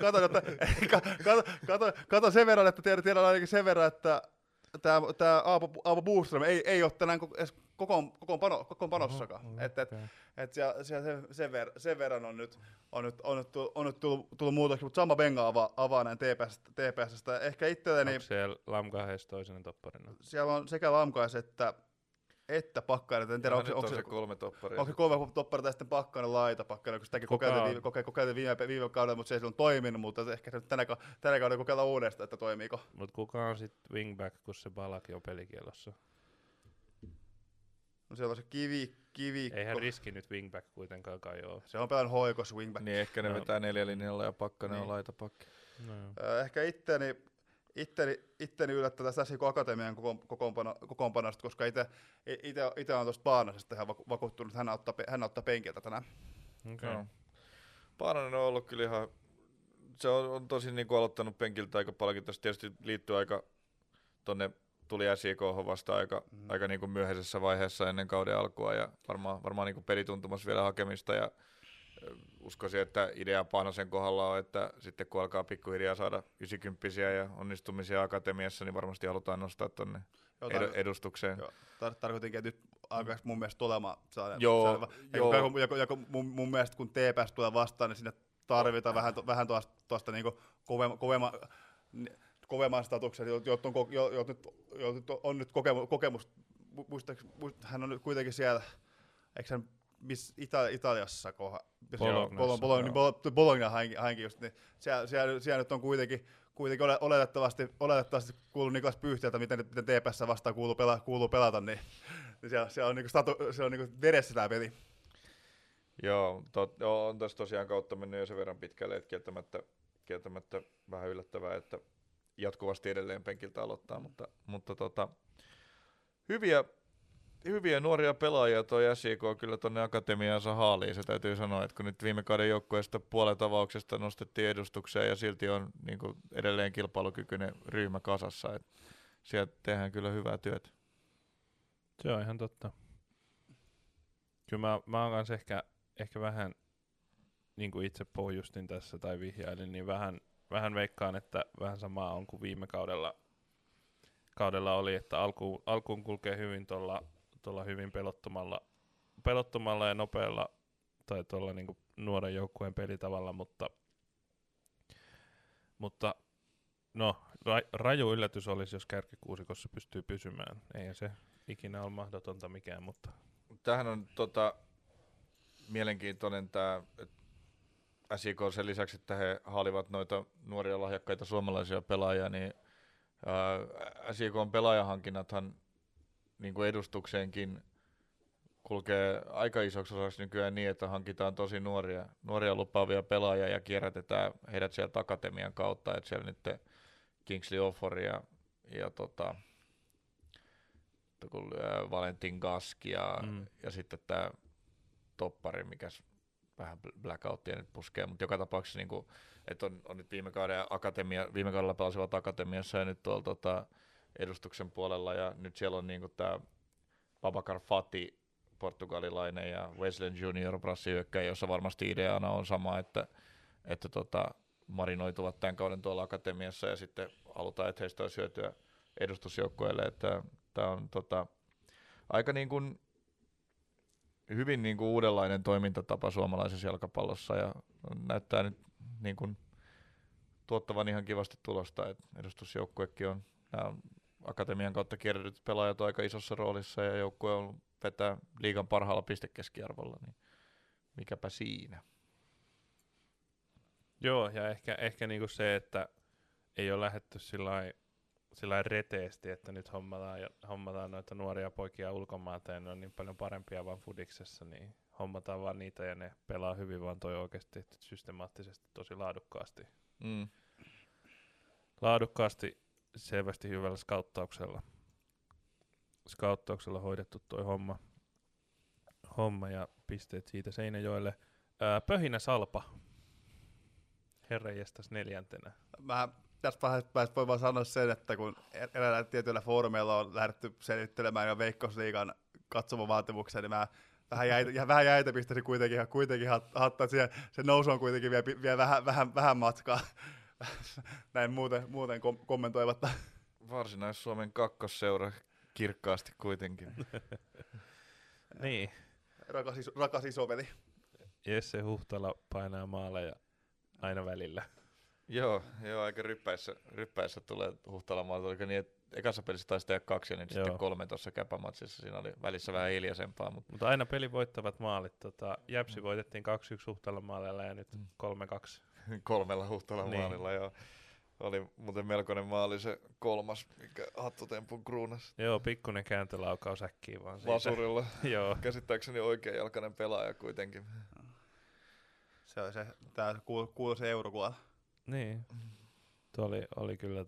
Katon sen verran, että tiedän ainakin sen verran, että tämä Aapo Boström ei ole tänään edes kokoonpanossakaan. Sen verran on nyt tullut muutoksia, mutta Samba Benga avaa näin TPS:stä. Ehkä itselleni... Onko siellä Lamkahes toisena topparina? Siellä on sekä Lamkahes että Pakkainen. En tiedä, onko se 3 topparia. Onko 3 topparia tai sitten Pakkainen laita Pakkainen, kun sitäkin kokeiltiin viime kaudella, mutta se ei silloin toiminut, mutta ehkä se nyt tänä kaudella kokeillaan uudestaan, että toimiiko. Mutta kuka on sitten wingback, kun se Balaki on pelikielossa? No siellä on se kivi. Eihän riski nyt wingback kuitenkaan kai ole. Se on pelannut hoikossa wingback. Niin ehkä ne vetää 4 linjalla ja Pakkanen on laitapakki. No. Ehkä itteni yllättää tästä SJK Akatemian kokoonpanosta, koska itse on tuosta Paanasesta ihan vakuuttunut, että hän ottaa penkiltä tänään. Okay. No. Paananen on ollut kyllä ihan, se on tosin niin kuin aloittanut penkiltä aika paljonkin, tässä tietysti liittyy aika tonne, tuli SJK:hon vasta aika niin kuin myöhäisessä vaiheessa ennen kauden alkua ja varmaan niin kuin pelituntumassa vielä hakemista ja uskoisin, että idea Paanasen kohdalla on, että sitten kun alkaa pikkuhiljaa saada 90-vuotiaita ja onnistumisia akatemiassa, niin varmasti halutaan nostaa tuonne edustukseen. Tarkoitinkin, että nyt alkaisi mun mielestä tulemaan. Mun mielestä kun TPS tulee vastaan, niin sinne tarvitaan vähän tuosta niinku kovemman statuksen, jotta on nyt kokemus. Hän on nyt kuitenkin siellä, eikö hän missä Italiassa Bologna hänkin just, niin siellä nyt on kuitenkin oletettavasti kuullut Niklas Pyhtiöltä, miten TPS vastaan kuuluu pelata, niin siellä on, se on niinku veressä tämä peli. Joo, on tässä tosiaan kautta mennyt jo sen verran pitkälle, että kieltämättä vähän yllättävää, että jatkuvasti edelleen penkiltä aloittaa, mutta hyviä nuoria pelaajia toi SJK kyllä tonne akatemiaansa haaliin, se täytyy sanoa, että kun nyt viime kauden joukkueesta puolet avauksesta nostettiin edustukseen ja silti on niin kuin edelleen kilpailukykyinen ryhmä kasassa, että sieltä tehdään kyllä hyvää työtä. Se on ihan totta. Kyllä mä oon kanssa ehkä vähän, niin kuin itse pohjustin tässä tai vihjailin, niin vähän veikkaan, että vähän samaa on kuin viime kaudella oli, että alkuun kulkee hyvin tuolla hyvin pelottomalla ja nopealla tai tuolla niin kuin nuoren joukkueen pelitavalla, mutta no, raju yllätys olisi, jos kärkikuusikossa pystyy pysymään. Eihän se ikinä ole mahdotonta mikään, mutta... Tämähän on mielenkiintoinen tämä, että SJK sen lisäksi, että he haalivat noita nuoria lahjakkaita suomalaisia pelaajia, niin SJK:n pelaajahankinnathan niin kuin edustukseenkin kulkee aika isoksi osaksi nykyään niin, että hankitaan tosi nuoria lupaavia pelaajia ja kierrätetään heidät sieltä akatemian kautta, että siellä nyt Kingsley Offor ja Valentin Gask ja sitten tämä toppari, mikä vähän blackouttia nyt puskee, mutta joka tapauksessa niin kuin, että on nyt viime kaudella pelasivat akatemiassa ja nyt tuolla edustuksen puolella ja nyt siellä on niin kuin tämä Babacar Fati, portugalilainen ja Wesleyan Junior brassihyökkäjä, jossa varmasti ideana on sama, että marinoituvat tämän kauden tuolla akatemiassa ja sitten halutaan, että heistä olisi hyötyä edustusjoukkueelle, että tämä on aika niin kuin hyvin niin kuin uudenlainen toimintatapa suomalaisessa jalkapallossa ja näyttää nyt niin kuin tuottavan ihan kivasti tulosta, että edustusjoukkuekin on akatemian kautta kierrätyt pelaajat on aika isossa roolissa ja joukkue on vetää liigan parhaalla pistekeskiarvolla, niin mikäpä siinä. Joo, ja ehkä niinku se, että ei ole lähdetty sillä reteesti, että nyt hommataan noita nuoria poikia ulkomaalta ja ne on niin paljon parempia vaan fudiksessa, niin hommataan vaan niitä ja ne pelaa hyvin, vaan toi oikeasti systemaattisesti tosi laadukkaasti. Laadukkaasti, selvästi hyvällä skauttauksella hoidettu toi homma ja pisteet siitä Seinäjoelle. Pöhinä Salpa. Herranjestas 4. Mä tässä vaiheessa voi vaan sanoa sen, että kun eräällä tietyillä foorumeilla on lähdetty selittelemään jo Veikkausliigan katsomavaatimuksia, niin mä vähän jäitä pistäisin kuitenkin hattaa, että se nousu on kuitenkin vielä vähän matkaa. Näin muuten kommentoivatta. Varsinais-Suomen kakkosseura kirkkaasti kuitenkin. Niin. Rakas isoveli. Jesse Huhtala painaa maaleja aina välillä. Joo, aika ryppäissä tulee Huhtala maata. Oliko niin, että ekassa pelissä taisi tehdä 2 ja niin sitten 3 tuossa käpämatsissa. Siinä oli välissä vähän hiljaisempaa. Mutta aina peli voittavat maalit. Jäpsi voitettiin 2-1 Huhtalan maalilla ja nyt 3-2. 3 Huhtalan maalilla, joo. Oli muuten melkoinen maali se 3, mikä hattutempun kruunas. Joo, pikkuinen kääntölaukaus äkkiä vaan siitä. Vasurilla. Joo. Käsittääkseni oikeajalkainen pelaaja kuitenkin. Se on se, tää kuuluu se eurokuva. Niin. Tuo oli kyllä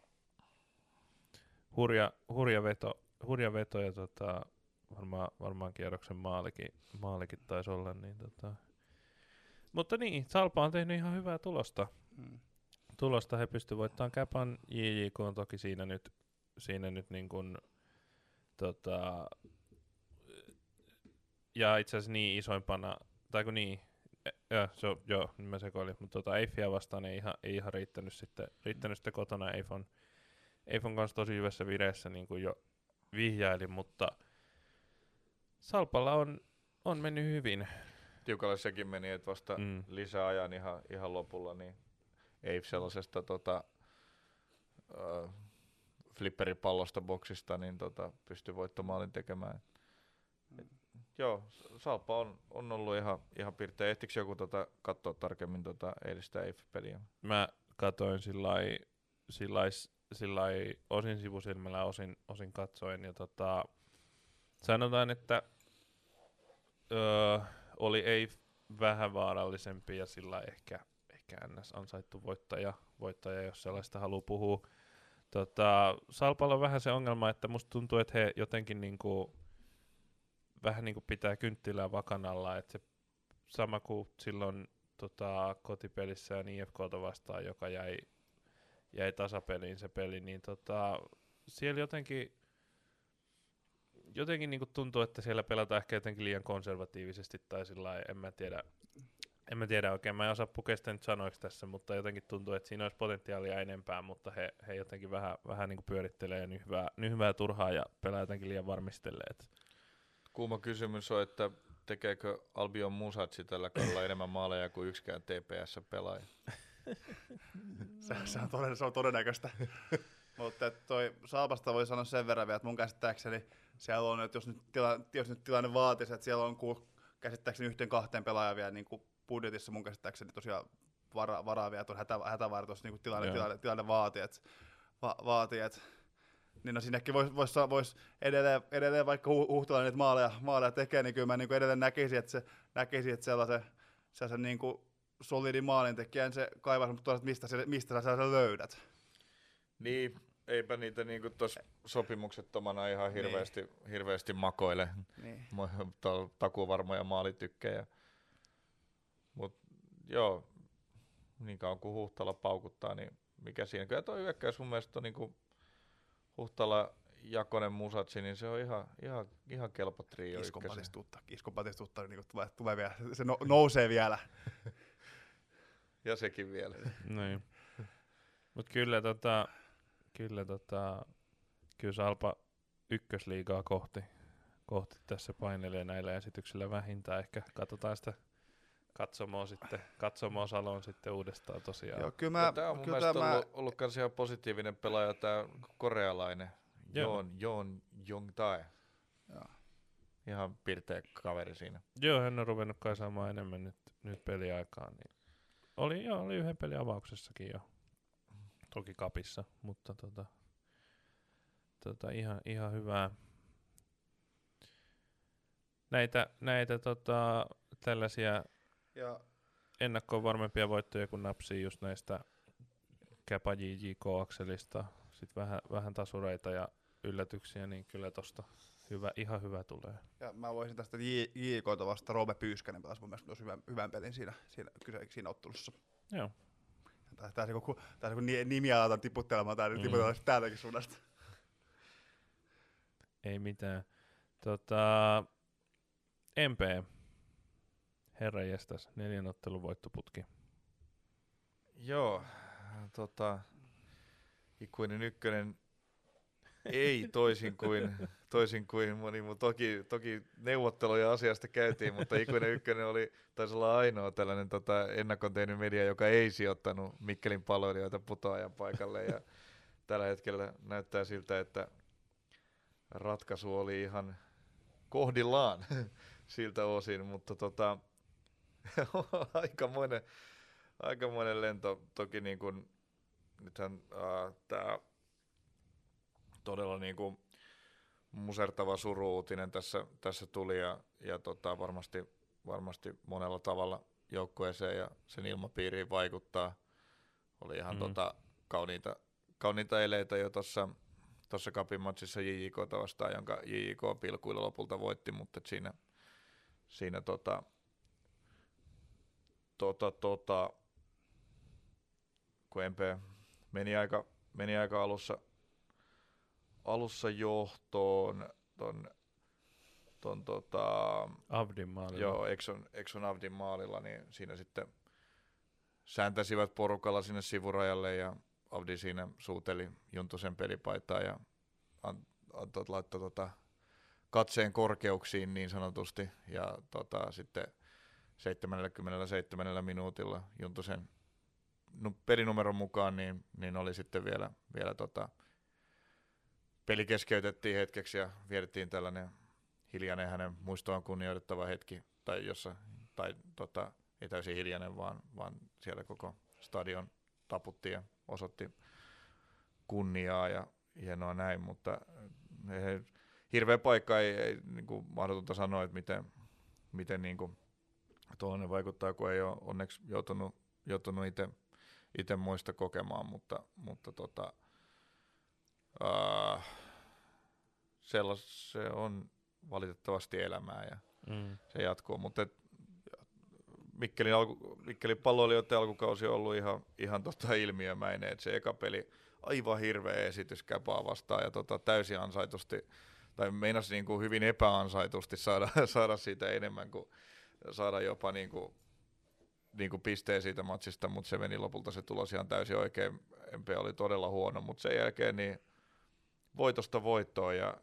hurja veto ja varmaan kierroksen maalikin taisi olla. Niin Mutta niin, Salpa on tehnyt ihan hyvää tulosta. Tulosta he pystyivät voittamaan Käpan, JJK on toki siinä nyt niin kuin, ja itse asiassa niin isoimpana, tai kun niin, joo, mä sekoilin, mutta Eiffia vastaan ei ihan riittänyt sitten kotona. Eiffon kanssa tosi hyvässä vireessä, niin kuin jo vihjailin, mutta Salpalla on mennyt hyvin. Tiukalle sekin meni, että vasta lisäajan ihan lopulla, niin Eiff sellaisesta flipperipallosta boksista niin pystyi voittomaalin tekemään. Joo, Salpa on ollut ihan pirteä. Ehtikö joku katsoa tarkemmin eilistä EIF-peliä? Mä katoin sillai osin sivusilmällä, osin katsoin. Ja sanotaan, että oli ei vähän vaarallisempi ja sillä ehkä ns. Ansaittu voittaja, jos sellaista haluaa puhua. Salpalla on vähän se ongelma, että musta tuntuu, että he jotenkin vähän pitää kynttilää vakanalla, että se sama kuin silloin kotipelissä ja IFK:ta vastaan, joka jäi tasapeliin se peli, niin siellä jotenkin tuntuu, että siellä pelataan ehkä jotenkin liian konservatiivisesti tai sillä en mä tiedä oikein, mä en osaa pukea sitä nyt sanoiksi tässä, mutta jotenkin tuntuu, että siinä olisi potentiaalia enempää, mutta he jotenkin vähän pyörittelee ja nyhvää turhaa ja pelaa jotenkin liian varmistelleet. Kuuma kysymys on, että tekeekö Albion Musatsi tällä kaudella enemmän maaleja kuin yksikään TPS-pelaaja? Se on todennäköistä. Mutta toi Salpasta voi sanoa sen verran vielä, että mun käsittääkseni siellä on, että jos nyt tilanne vaatisi, että siellä on käsittääkseni 1-2 pelaajaa vielä niin kuin budjetissa mun käsittääkseni tosiaan varaa vielä tuon hätävartossa niin tilanne vaatii, että niin no sinnekin vois edelleen vaikka Huhtala niitä maaleja tekee, niin kyllä mä niin edelleen näkisin, että sellaisen niin kuin solidin maalintekijän se kaivaisi, mutta toisaalta mistä sä sen löydät? Niin, eipä niitä niinku tuossa sopimuksettomana ihan hirveästi makoile. Niin. Takuvarmoja maalitykkejä. Mut joo, niin kauan kuin Huhtala paukuttaa, niin mikä siinä? Kyllä tuo hyökkäys mun mielestä on niinku Huhtala, Jakonen, Musatsi, niin se on ihan kelpo trio. Kiskon Batistutta niin tulee vielä, se nousee vielä. Ja sekin vielä. Niin. Mut kyllä Salpa ykkösliigaa kohti tässä painelee näillä esityksillä vähintään. Ehkä katsotaan sitä katsomoa Saloon sitten uudestaan tosiaan. Joo, tämä on mun mielestä ollut kans ihan positiivinen pelaaja, tämä korealainen Joon Jong-tae. Ihan pirteä kaveri siinä. Joo, hän on ruvennut kai saamaan enemmän nyt peliaikaan. Niin oli yhden pelin avauksessakin jo. Toki kapissa, mutta ihan hyvää. Näitä tällaisia ennakkoon varmempia voittoja, kun napsii just näistä Käpa JJK-akselista, sitten vähän tasureita ja yllätyksiä, niin kyllä tosta ihan hyvä tulee. Ja mä voisin tästä JJK:ta vasta Roope Pyyskänen pelasi mun mielestä myös hyvän pelin siinä ottelussa. Joo. Tää kun nimiä aletaan tiputtelemaan tiputellaan täältäkin suunnasta. Ei mitään. MP. Herranjestas, 4 ottelun voittoputki. Joo, ikuinen ykkönen ei toisin kuin moni, mutta toki neuvotteluja asiasta käytiin, mutta ikuinen ykkönen taisi olla ainoa tällainen ennakon tehnyt media, joka ei sijoittanut Mikkelin Palloilijoita putoajan paikalle, ja tällä hetkellä näyttää siltä, että ratkaisu oli ihan kohdillaan siltä osin, mutta aikamoinen lento. Toki niin kuin, nythän tämä todella niin kuin musertava suru-uutinen tässä tuli ja varmasti monella tavalla joukkueeseen ja sen ilmapiiriin vaikuttaa. Oli ihan kauniita eleitä jo tuossa Cupin matsissa JJK:ta vastaan, jonka JJK pilkuilla lopulta voitti, mutta siinä kun MP meni aika alussa johtoon ton Avdin maalilla. Joo, Exxon Avdin maalilla, niin siinä sitten sääntäsivät porukalla sinne sivurajalle ja Avdi siinä suuteli Juntusen pelipaitaa ja laittoi katseen korkeuksiin niin sanotusti ja sitten 77 minuutilla Juntusen pelinumeron mukaan niin oli sitten vielä peli keskeytettiin hetkeksi ja vietettiin tällainen hiljainen hänen muistoon kunnioitettava hetki, ei täysin hiljainen, vaan siellä koko stadion taputti ja osoitti kunniaa ja hienoa näin, mutta hirveä paikka ei niin kuin mahdotonta sanoa, että miten niin kuin tuollainen vaikuttaa, kun ei ole onneksi joutunut itse muista kokemaan, mutta se on valitettavasti elämää ja se jatkuu, mutta Mikkelin palloilijoiden alkukausi on ollut ihan ilmiömäinen, että se eka peli aivan hirveä esitys Käpaa vastaan ja täysin ansaitusti, tai meinasi niin kuin hyvin epäansaitusti saada siitä enemmän kuin saada jopa niin kuin pisteen siitä matsista, mutta se meni lopulta se tulos ihan täysin oikein. MP oli todella huono, mutta sen jälkeen niin voitosta voittoon ja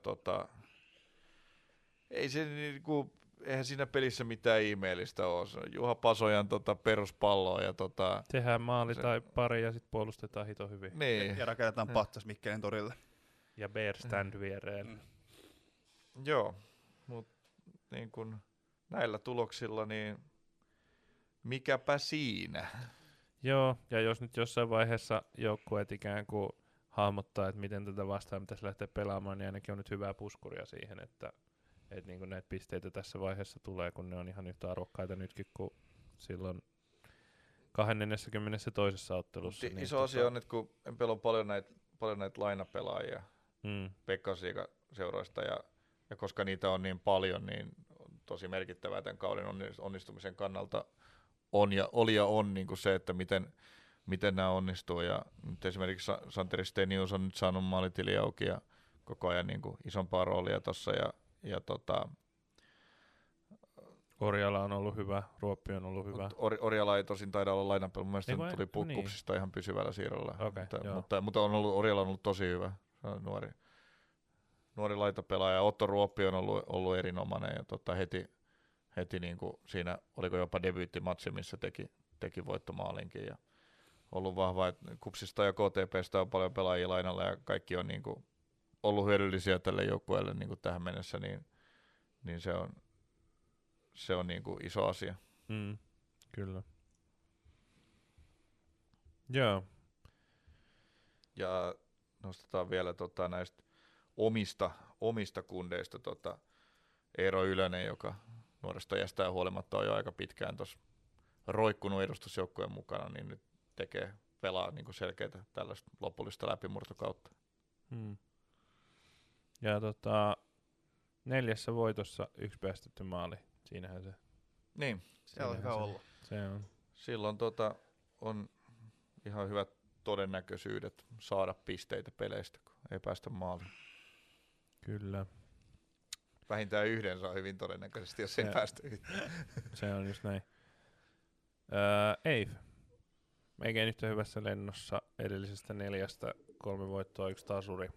ei se niinku, eihän siinä pelissä mitään ihmeellistä ole. Se on Juha Pasojan peruspalloa ja tehdään maali tai pari ja sitten puolustetaan hito hyvin. Niin. Ja rakennetaan patsas Mikkelin torille. Ja bear stand viereen. Joo, mutta niin kun näillä tuloksilla niin mikäpä siinä. Joo, ja jos nyt jossain vaiheessa joukkueet ikään kuin hahmottaa, että miten tätä vastaan pitäisi lähteä pelaamaan, niin ainakin on nyt hyvää puskuria siihen, että niin kuin näitä pisteitä tässä vaiheessa tulee, kun ne on ihan yhtä arvokkaita nytkin kuin silloin 22. ottelussa. Niin iso asia on, että kun MPL on paljon näitä lainapelaajia Pekka-Siika seuroista, ja koska niitä on niin paljon, niin on tosi merkittävää tämän kauden onnistumisen kannalta on niin kuin se, että miten nämä onnistuu. Ja nyt esimerkiksi Santeri Stenius on nyt saanut maalitili auki ja koko ajan niin kuin isompaa roolia tuossa. Orjala on ollut hyvä, Ruoppi on ollut hyvä. Orjala ei tosin taida olla lainapeli, mun mielestä tuli niin. Kupsista ihan pysyvällä siirrolla. Okay, mutta Orjala on ollut tosi hyvä, se on nuori laitapelaaja. Otto Ruoppi on ollut erinomainen ja heti niin kuin siinä, oliko jopa debyyttimatsi, missä teki voittomaalinkin ja ollut vahva, että Kupsista ja KTPstä on paljon pelaajia lainalla ja kaikki on niin kuin ollut hyödyllisiä tälle joukkueelle niin kuin tähän mennessä, niin se on niin kuin iso asia. Kyllä. Joo. Ja nostetaan vielä näistä omista kundeista Eero Ylönen, joka nuoresta iästään huolimatta on jo aika pitkään tuossa roikkunut edustusjoukkueen mukana, niin nyt pelaa niin kuin selkeätä tällaista lopullista läpimurtokautta. Ja 4 voitossa 1 päästetty maali. Siinähän se. Niin. Se on hyvä olla. Se on. Silloin on ihan hyvät todennäköisyydet saada pisteitä peleistä, kun ei päästä maaliin. Kyllä. Vähintään yhden saa hyvin todennäköisesti, jos ei päästä yhtään. Se on just näin. Eif. Meikä yhtä hyvässä lennossa edellisestä 4 3 voittoa 1 tasuri.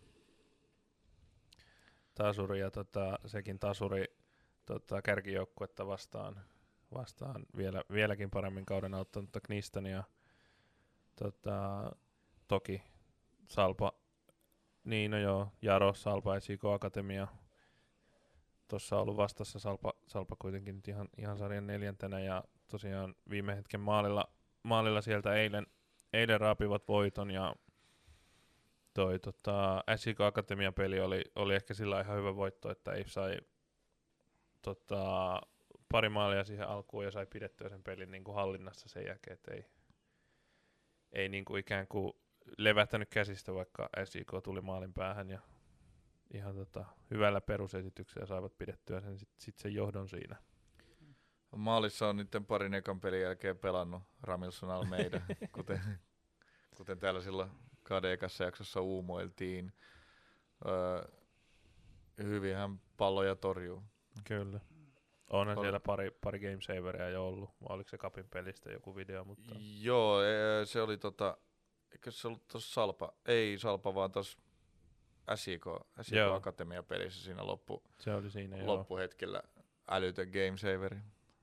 Ja sekin tasuri kärkijoukkuetta vastaan vieläkin paremmin kauden auttanutta Knistania. Toki Salpa, niin no joo, Jaro, Salpa, SJK Akatemia. Tuossa on ollut vastassa Salpa kuitenkin nyt ihan sarjan 4. ja tosiaan viime hetken maalilla sieltä eilen raapivat voiton ja toi SJK Akatemian peli oli ehkä sillä ihan hyvä voitto, että Eif sai pari maalia siihen alkuun ja sai pidettyä sen pelin niin kuin hallinnassa sen jälkeen, että ei niin kuin ikään kuin levättänyt käsistä, vaikka SJK tuli maalin päähän ja ihan hyvällä perusesityksellä saivat pidettyä sit sen johdon siinä. Maalissa on nyt parin ekan pelin jälkeen pelannut Ramilson Almeida, kuten täällä silloin ekassa jaksossa uumoiltiin. Hyvin hän palloja torjuu. Kyllä. Onhan siellä pari game saveria jo ollut. Oliko se Cupin pelistä joku video? Mutta joo, se oli eikö se ollut tuossa Salpa? Ei Salpa, vaan tuossa SJK Akatemia pelissä siinä se oli siinä loppuhetkellä älytön game saveri.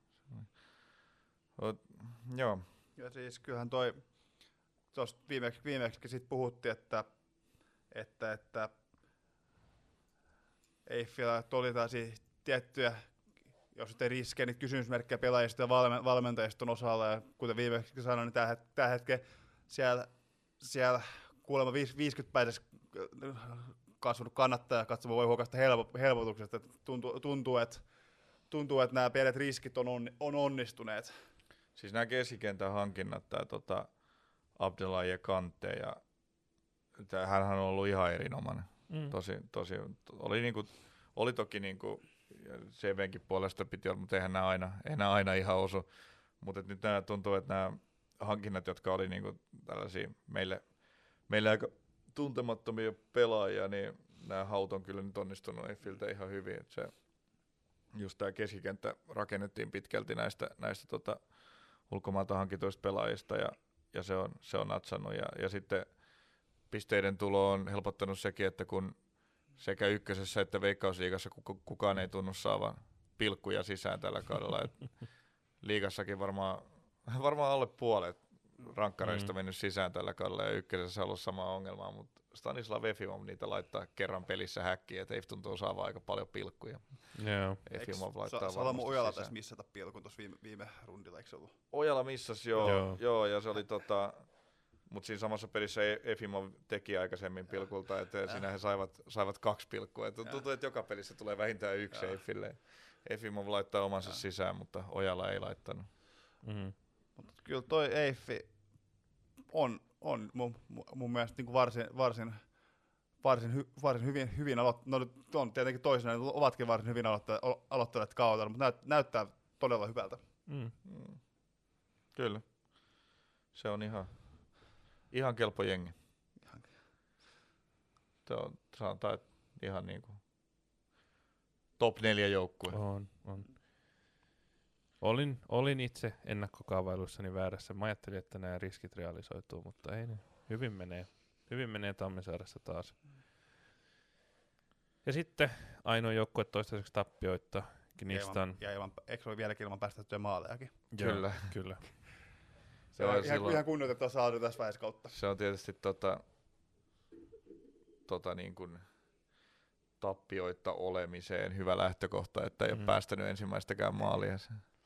Joo. Ja siis kyllähän tuossa viimeksi sit puhuttiin, että Eiffillä oli tällaisia tiettyjä, jos nyt ei riskejä, niin kysymysmerkkejä pelaajista ja valmentajista on osalla. Ja kuten viimeksi sanoin, niin tällä hetkellä siellä kuulemma 50-päisessä kasvanut kannattaja katsoma voi huokasta helpotuksesta. Tuntuu, että nämä pienet riskit on onnistuneet. Siis nämä keskikentän hankinnat, tämä Abdellah ja Kante, ja hänhän on ollut ihan erinomainen. Tosi, oli toki niinku, CVnkin puolesta piti olla, mutta eihän nämä aina ihan osu. Mutta nyt nämä tuntuu, että nämä hankinnat, jotka oli niinku tällaisia meille aika tuntemattomia pelaajia, niin nämä haut on kyllä nyt onnistunut Eiffiltä ihan hyvin. Et se, just tämä keskikenttä rakennettiin pitkälti näistä ulkomailta hankituista pelaajista, ja se on natsannut. Ja sitten pisteiden tulo on helpottanut sekin, että kun sekä ykkösessä että Veikkausliigassa kukaan ei tunnu saavan pilkkuja sisään tällä kaudella. Liigassakin varmaan alle puolet rankkareista mennyt sisään tällä kaudella, ja ykkösessä on ollut sama ongelma, mutta Stanislav Efimov niitä laittaa kerran pelissä häkkiin, että ei tuntuu saavaa aika paljon pilkkuja. Joo. Efimov laittaa Salamo Ojala tässä missata pilkun tuossa viime rundilla, eikö se ollut? Ojala missasi, joo, ja se oli mutta siinä samassa pelissä Efimov teki aikaisemmin pilkulta, että siinä he saivat 2 pilkkua. Tuntuu, että joka pelissä tulee vähintään 1 Eiffille. Efimov laittaa omansa sisään, mutta Ojala ei laittanut. Mm-hmm. Mutta kyllä toi Eiffi on mun mielestä niin varsin hyvin aloittanut. No on tietenkin toisinaan, ovatkin varsin hyvin aloittaneet kaudella, mutta näyttää todella hyvältä. Kyllä. Se on ihan kelpo jengi. Sanotaan, että ihan niinku top 4 joukkue. On. Olin itse ennakkokaavailuissani väärässä. Mä ajattelin, että nämä riskit realisoituu, mutta ei ne. Hyvin menee Tammisaaressa taas. Ja sitten ainoa joukkue toistaiseksi tappioitta, Knistan. Eikö se ole vieläkin ilman päästettyjä maalejakin? Kyllä. Se on ihan kunnioitettava saatu tässä vaiheessa kautta. Se on tietysti niin kuin tappioitta olemiseen hyvä lähtökohta, että ei ole päästänyt ensimmäistäkään maalia.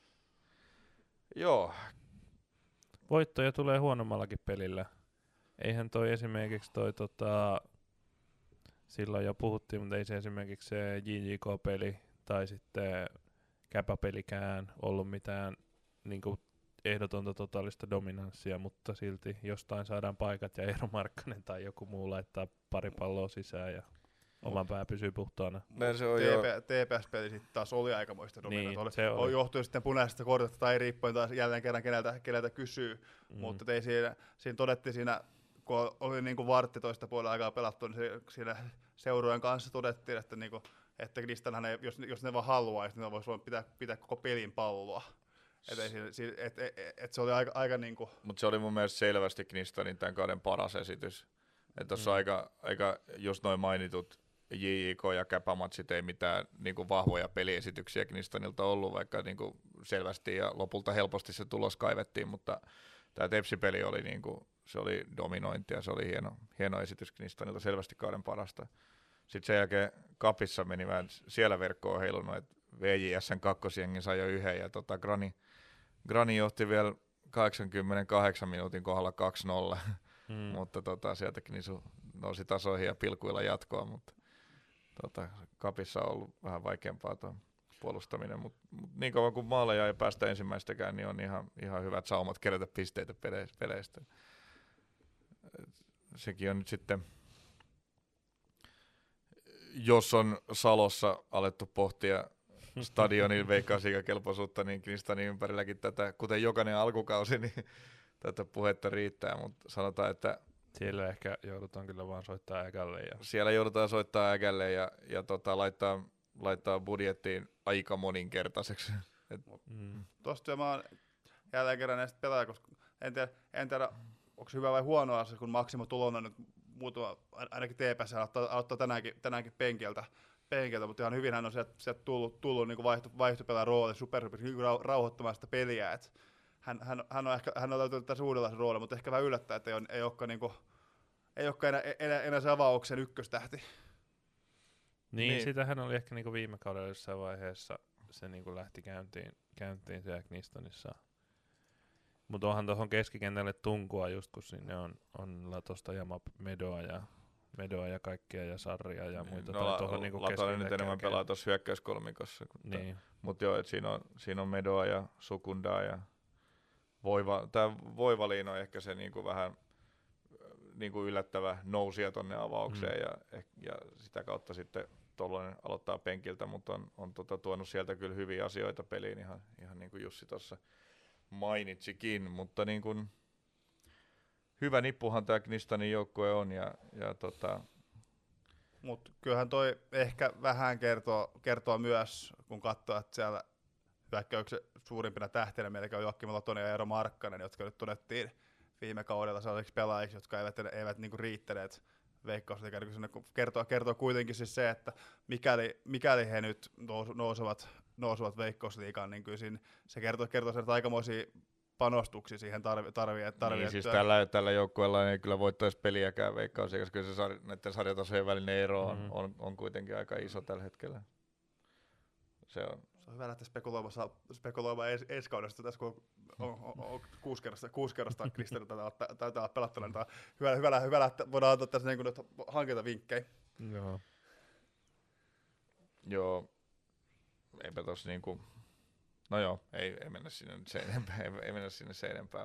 Joo. Voittoja tulee huonommallakin pelillä. Eihän toi esimerkiksi silloin jo puhuttiin, mutta ei se esimerkiksi se JJK-peli tai sitten Käpä-pelikään ollut mitään niinku ehdotonta totaalista dominanssia, mutta silti jostain saadaan paikat ja Eero Markkanen tai joku muu laittaa pari palloa sisään ja oma pää pysyy puhtaana. TPS-peli sitten taas oli aikamoista dominanssia. Niin, se oli. Johtui sitten punaisesta kortista tai riippuen taas jälleen kerran keneltä kysyy, mutta ei siinä todettiin kun oli niin kuin vartti toista puolella aikaa pelattu, niin siinä seurojen kanssa todettiin, että, että Knistanhan ei, jos ne vaan haluaisi, niin ne voisi pitää koko pelin palloa. Se oli aika niinku. Mutta se oli mun mielestä selvästi Knistanin tämän kauden paras esitys. Tuossa aika just noin mainitut JJK ja Käpämatsit ei mitään niinku vahvoja peliesityksiä Knistanilta ollut, vaikka niinku selvästi ja lopulta helposti se tulos kaivettiin, mutta tämä Tepsi-peli oli niinku, se oli dominointi ja se oli hieno esitys Knistanilta, selvästi kauden parasta. Sitten sen jälkeen Kapissa meni vähän siellä verkkoon heilunut, että VJSn kakkosjengi sai jo 1 ja Grani johti vielä 88 minuutin kohdalla 2-0, mutta sieltäkin nousi tasoihin ja pilkuilla jatkoa, mutta Kapissa on ollut vähän vaikeampaa tuo puolustaminen, mutta niin kauan kuin maaleja ei päästä ensimmäistäkään, niin on ihan hyvät saumat kerätä pisteitä peleistä. Sekin on nyt sitten, jos on Salossa alettu pohtia stadionin veikkausliigakelpoisuutta, niin Knistanin ympärilläkin tätä, kuten jokainen alkukausi, niin tätä puhetta riittää, mutta sanotaan, että siellä ehkä joudutaan kyllä vaan soittaa äkälle. Siellä joudutaan soittaa äkälle ja laittaa budjettiin aika moninkertaiseksi. Tuosta mä oon jälleen kerran näistä pelaajia, koska en tiedä onko se hyvä vai huono asia, kun Maksimo Tulonen nyt muutama, ainakin TPS aloittaa tänäänkin penkiltä, mutta ihan hyvin hän on sieltä tullut niin vaihtopelaajan rooli rauhoittamaan sitä peliä. Et hän on löytänyt tässä uudenlaisen roolin, mutta ehkä vähän yllättää, että ei olekaan enää se avauksen ykköstähti. Niin, sitähän oli ehkä niinku viime kaudella jossain vaiheessa se niinku lähti käyntiin siellä Knistonissa. Mutta onhan tuohon keskikentälle tunkua just kun sinne on Latosta ja Medoa ja kaikkea ja Sarria ja muita. No, niinku Latonen nyt enemmän pelaa tuossa hyökkäyskolmikossa. Niin. Mutta joo, että siinä on Medoa ja Sukundaa ja Voivaliin on ehkä se niinku vähän niinku yllättävä nousija tonne avaukseen ja sitä kautta sitten Tollonen aloittaa penkiltä, mutta on tuonut sieltä kyllä hyviä asioita peliin ihan niin kuin Jussi tuossa mainitsikin, mutta niin kuin hyvä nippuhan tämä Knistonin joukkue on Mutta kyllähän toi ehkä vähän kertoo myös, kun katsoo, että siellä hyökkäyksen suurimpina tähtenä meillä on Joakim Latonen ja Eero Markkanen, jotka nyt todettiin viime kaudella sellaisiksi pelaajiksi, jotka eivät niinku riittäneet Veikkausliigaan. Kertoo kuitenkin siis se, että mikäli he nyt nousevat Veikkausliigaan, niin kyllä se kertoo sen, että aikamoisia panostuksia siihen tarvii. Niin, siis tällä joukkueella ei kyllä voittaisi peliäkään Veikkausliigassa, kyllä se näiden sarjatasojen välinen ero on kuitenkin aika iso tällä hetkellä. Se on hyvä lähteä spekuloimaan ensi kaudesta tässä, kun on kuusi kerrasta Kristeltä taitaa olla pelattuna, niin hyvä lähteä, voidaan antaa tässä niin hankintavinkkejä. Joo, eipä tossa niinku, no joo, ei mennä sinne nyt se enempää, ei mennä sinne se enempää.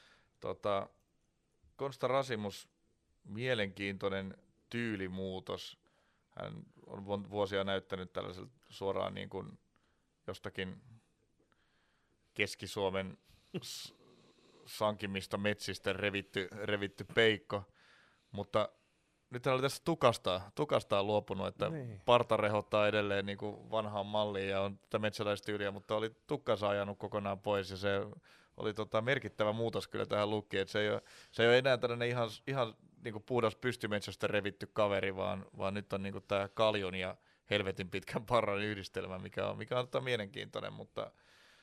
Konsta Rasimus, mielenkiintoinen tyylimuutos. Hän on vuosia näyttänyt tällaiselta suoraan niin kuin jostakin Keski-Suomen sankimista metsistä revitty peikko, mutta nyt hän oli tässä tukastaan luopunut, että parta rehottaa edelleen niin kuin vanhaan malliin ja on tätä metsäläistyyliä, mutta oli tukkansa ajanut kokonaan pois ja se oli merkittävä muutos kyllä tähän lukkiin, että se ei ole enää tällainen ihan niin kuin puhdas pystymetsästä revitty kaveri, vaan nyt on niin kuin tämä kaljun ja helvetin pitkän parran yhdistelmä, mikä on mielenkiintoinen, mutta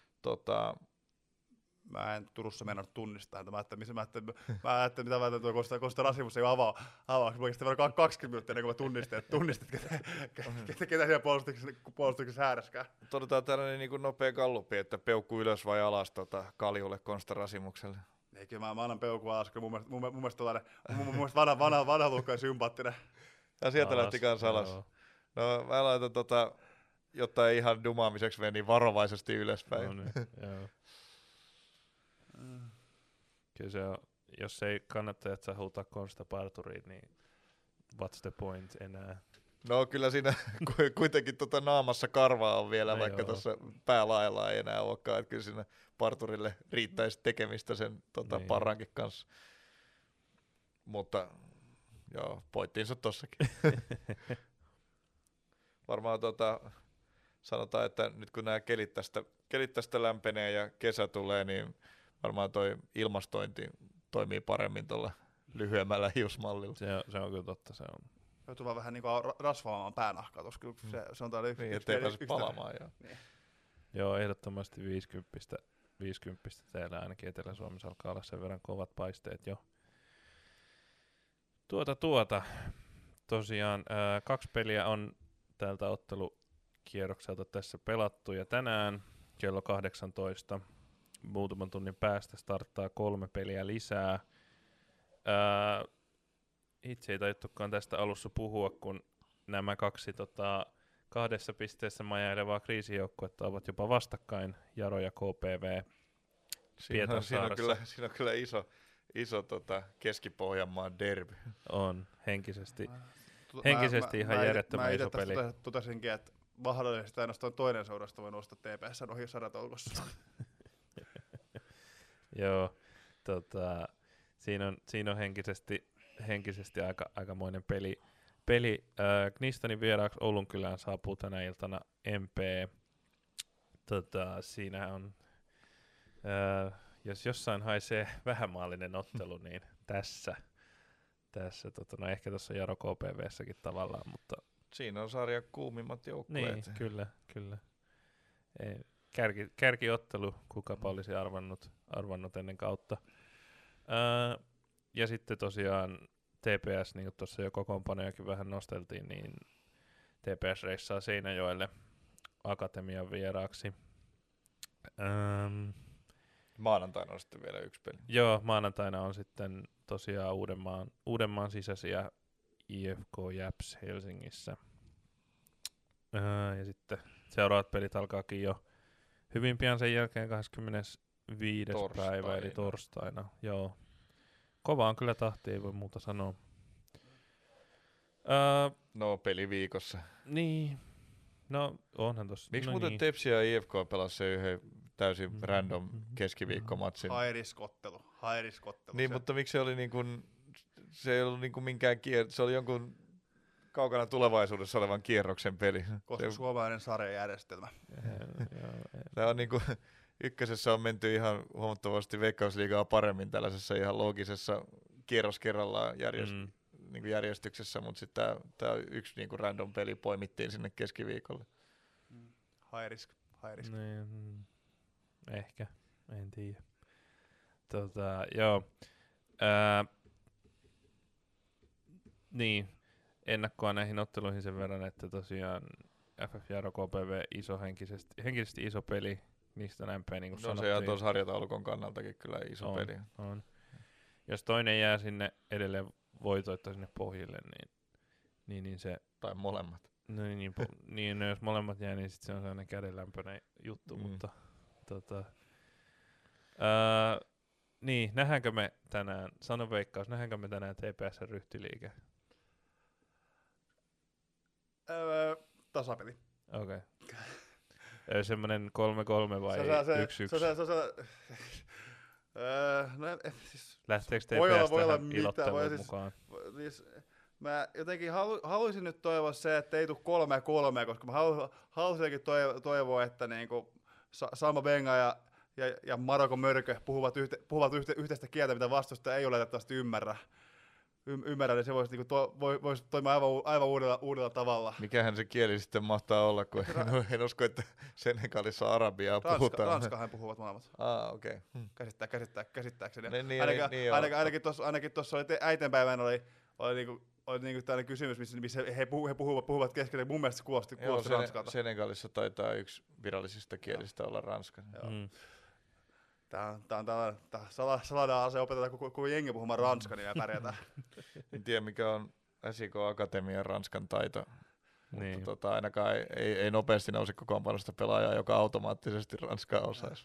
mä en Turussa mennä tunnistaa häntä. Mä ajattelin, mitä mä tuo Konsta Rasimus ei avaa. Mä oikeasti varmaan 20 minuuttia ennen kuin mä tunnistit ketä siellä puolustuksessa hääräskään. Todetaan tällainen niin kuin nopea gallupi, että peukku ylös vai alas Kaljulle Konsta Rasimukselle. Ei, kyllä mä annan peukku alas, kyllä mun mielestä vanha luukka on sympaattinen. Ja sieltä lähti kans alas. No mä laitan jotta ei ihan dumaamiseksi mene niin varovaisesti ylöspäin. No niin, joo. Kyllä se on, jos ei kannattajat saa huutaa Konsta parturiin, niin what's the point enää? No kyllä siinä kuitenkin naamassa karvaa on vielä, vaikka tuossa päälailla ei enää olekaan. Että kyllä siinä parturille riittäisi tekemistä sen parrankin kanssa. Mutta joo, pointtiinsa tossakin. Varmaan sanotaan, että nyt kun nämä kelit tästä lämpenee ja kesä tulee, niin varmaan toi ilmastointi toimii paremmin tuolla lyhyemmällä hiusmallilla. Se on kyllä totta, se on. Joutuu vaan vähän niin kuin rasvaamaan päänahkaa, koska se on täällä niin, ettei pääse palaamaan. Niin. Joo, ehdottomasti 50 teillä ainakin Etelä-Suomessa alkaa olla sen verran kovat paisteet jo. Tosiaan 2 peliä on tältä ottelukierrokselta tässä pelattu ja tänään kello 18 muutaman tunnin päästä starttaa 3 peliä lisää. Itse ei tajuttukaan tästä alussa puhua, kun nämä 2 2 pisteessä majailevaa kriisijoukkuetta ovat jopa vastakkain, Jaro ja KPV Pietarsaaressa. Siinä on kyllä iso Keski-Pohjanmaan derby. On, henkisesti ihan järjettömän iso peli. Mä itse totesinkin, että mahdollisesti ainoastaan toinen seurasta voi nousta TPS:n ohi sarjataulukossa. Joo, siinä on henkisesti aikamoinen peli. Knistonin vieraaksi Oulunkylään saapuu tänä iltana MP. Siinä on, jos jossain haisee vähämaallinen ottelu, niin tässä no ehkä tuossa Jaro KPV:ssäkin tavallaan, mutta siinä on sarjan kuumimmat joukkueet. Niin, kyllä. Kärkiottelu, kukapa olisi arvannut ennen kautta. Ja sitten tosiaan TPS, niin kuin tuossa jo kokoonpanojakin vähän nosteltiin, niin TPS reissaa Seinäjoelle Akatemian vieraaksi. Maanantaina on sitten vielä yksi peli. Joo, maanantaina on sitten tosiaan Uudenmaan sisäisiä IFK Japs Helsingissä. Ja sitten seuraavat pelit alkaakin jo hyvin pian sen jälkeen 25. päivä, eli torstaina. Joo. Kova on kyllä tahti, ei voi muuta sanoa. No, peli viikossa. Niin. No, onhan tossa. Miksi no muuten niin. Tepsi ja IFK pelasi se yhden täysin random keskiviikkomatsin? Hairiskottelu. Niin, mutta miksi se oli niin kuin, se ei ollut niin kuin minkään se oli jonkun kaukana tulevaisuudessa olevan kierroksen peli. Koska suomalainen sarjajärjestelmä. Tämä on niin kuin, ykkösessä on menty ihan huomattavasti Veikkausliigaa paremmin tällaisessa ihan loogisessa kierros kerrallaan niin kuin järjestyksessä, mutta sitten tämä yksi niin kuin random peli poimittiin sinne keskiviikolle. Hairisk. Niin, ehkä, en tiedä. Joo. Niin, ennakkoa näihin otteluihin sen verran, että tosiaan FF Jaro KPV henkisesti iso peli, niistä näin päin niin kuin sanottiin. Se on tuossa harjataulukon kannaltakin kyllä iso peli. On. Jos toinen jää sinne edelleen voitoittaa sinne pohjille, niin se... Tai molemmat. No jos molemmat jää, niin sit se on sellainen kädenlämpöinen juttu, mutta niin, nähdäänkö me tänään, sano Veikkaus, nähdäänkö me tänään TPS:n ryhtiliike? Tasapeli. Okei. Semmoinen 3-3 vai 1-1? Siis lähteekö voi TPS olla tähän ilotteluun mukaan? Mä jotenkin haluaisin nyt toivoa se, että ei tule 3-3, koska mä haluaisinkin toivoa, että niinku Sama Benga ja Maroko Mörkö puhuvat yhteistä kieltä, mitä vastusta ei oletettavasti ymmärrä, niin se voisi voisi toimia aivan uudella tavalla. Mikähän se kieli sitten mahtaa olla, kun en usko, että Senegalissa arabiaa puhutaan. Ranskahan puhuvat molemmat. Okei. Käsittääkseni. Ainakin tuossa oli äitenpäivänä oli niinku tällainen kysymys, missä he puhuvat keskenään. Mun mielestä se kuulosti ranskalta. Senegalissa taitaa yksi virallisista kielistä olla ranska. Tää saladaan ase, opetetaan koko jengi puhumaan ranskaa, niin me pärjätään. En tiedä mikä on SIK Akatemian ranskan taito, niin. Mutta ainakaan ei nopeasti nouse kokoonpanosta pelaajaa, joka automaattisesti ranskaa osaisi.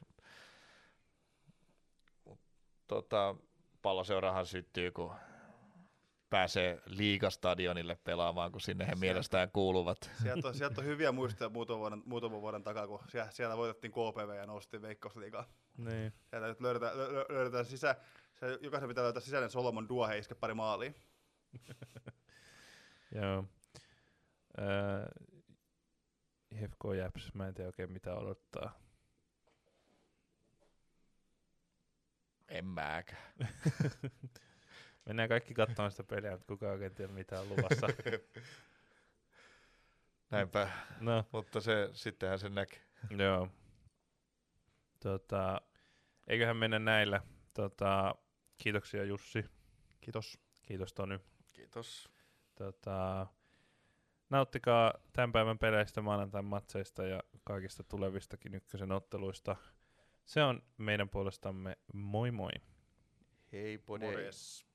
Palloseurahan syttyy, kun pääsee liigastadionille pelaamaan, kun sinne he mielestään kuuluvat. Sieltä on hyviä muistoja muutaman vuoden takaa, kun siellä voitettiin KPV ja noustiin Veikkausliigaan. Niin. Sieltä nyt löydetään jokaisen pitää löytää sisäinen Solomon Duohe iske pari maalia. Joo. IFK Japs, mä en tiedä oikein mitä odottaa. En mäkään. Mennään kaikki katsomaan sitä peliä, mutta kukaan oikein tiedä mitä on luvassa. Näinpä, no. Mutta sittenhän se näkee. Joo. Eiköhän mennä näillä. Kiitoksia Jussi. Kiitos. Kiitos Tony. Kiitos. Nauttikaa tämän päivän peleistä, maanantain matseista ja kaikista tulevistakin ykkösen otteluista. Se on meidän puolestamme moi moi. Hei podei. Morjes.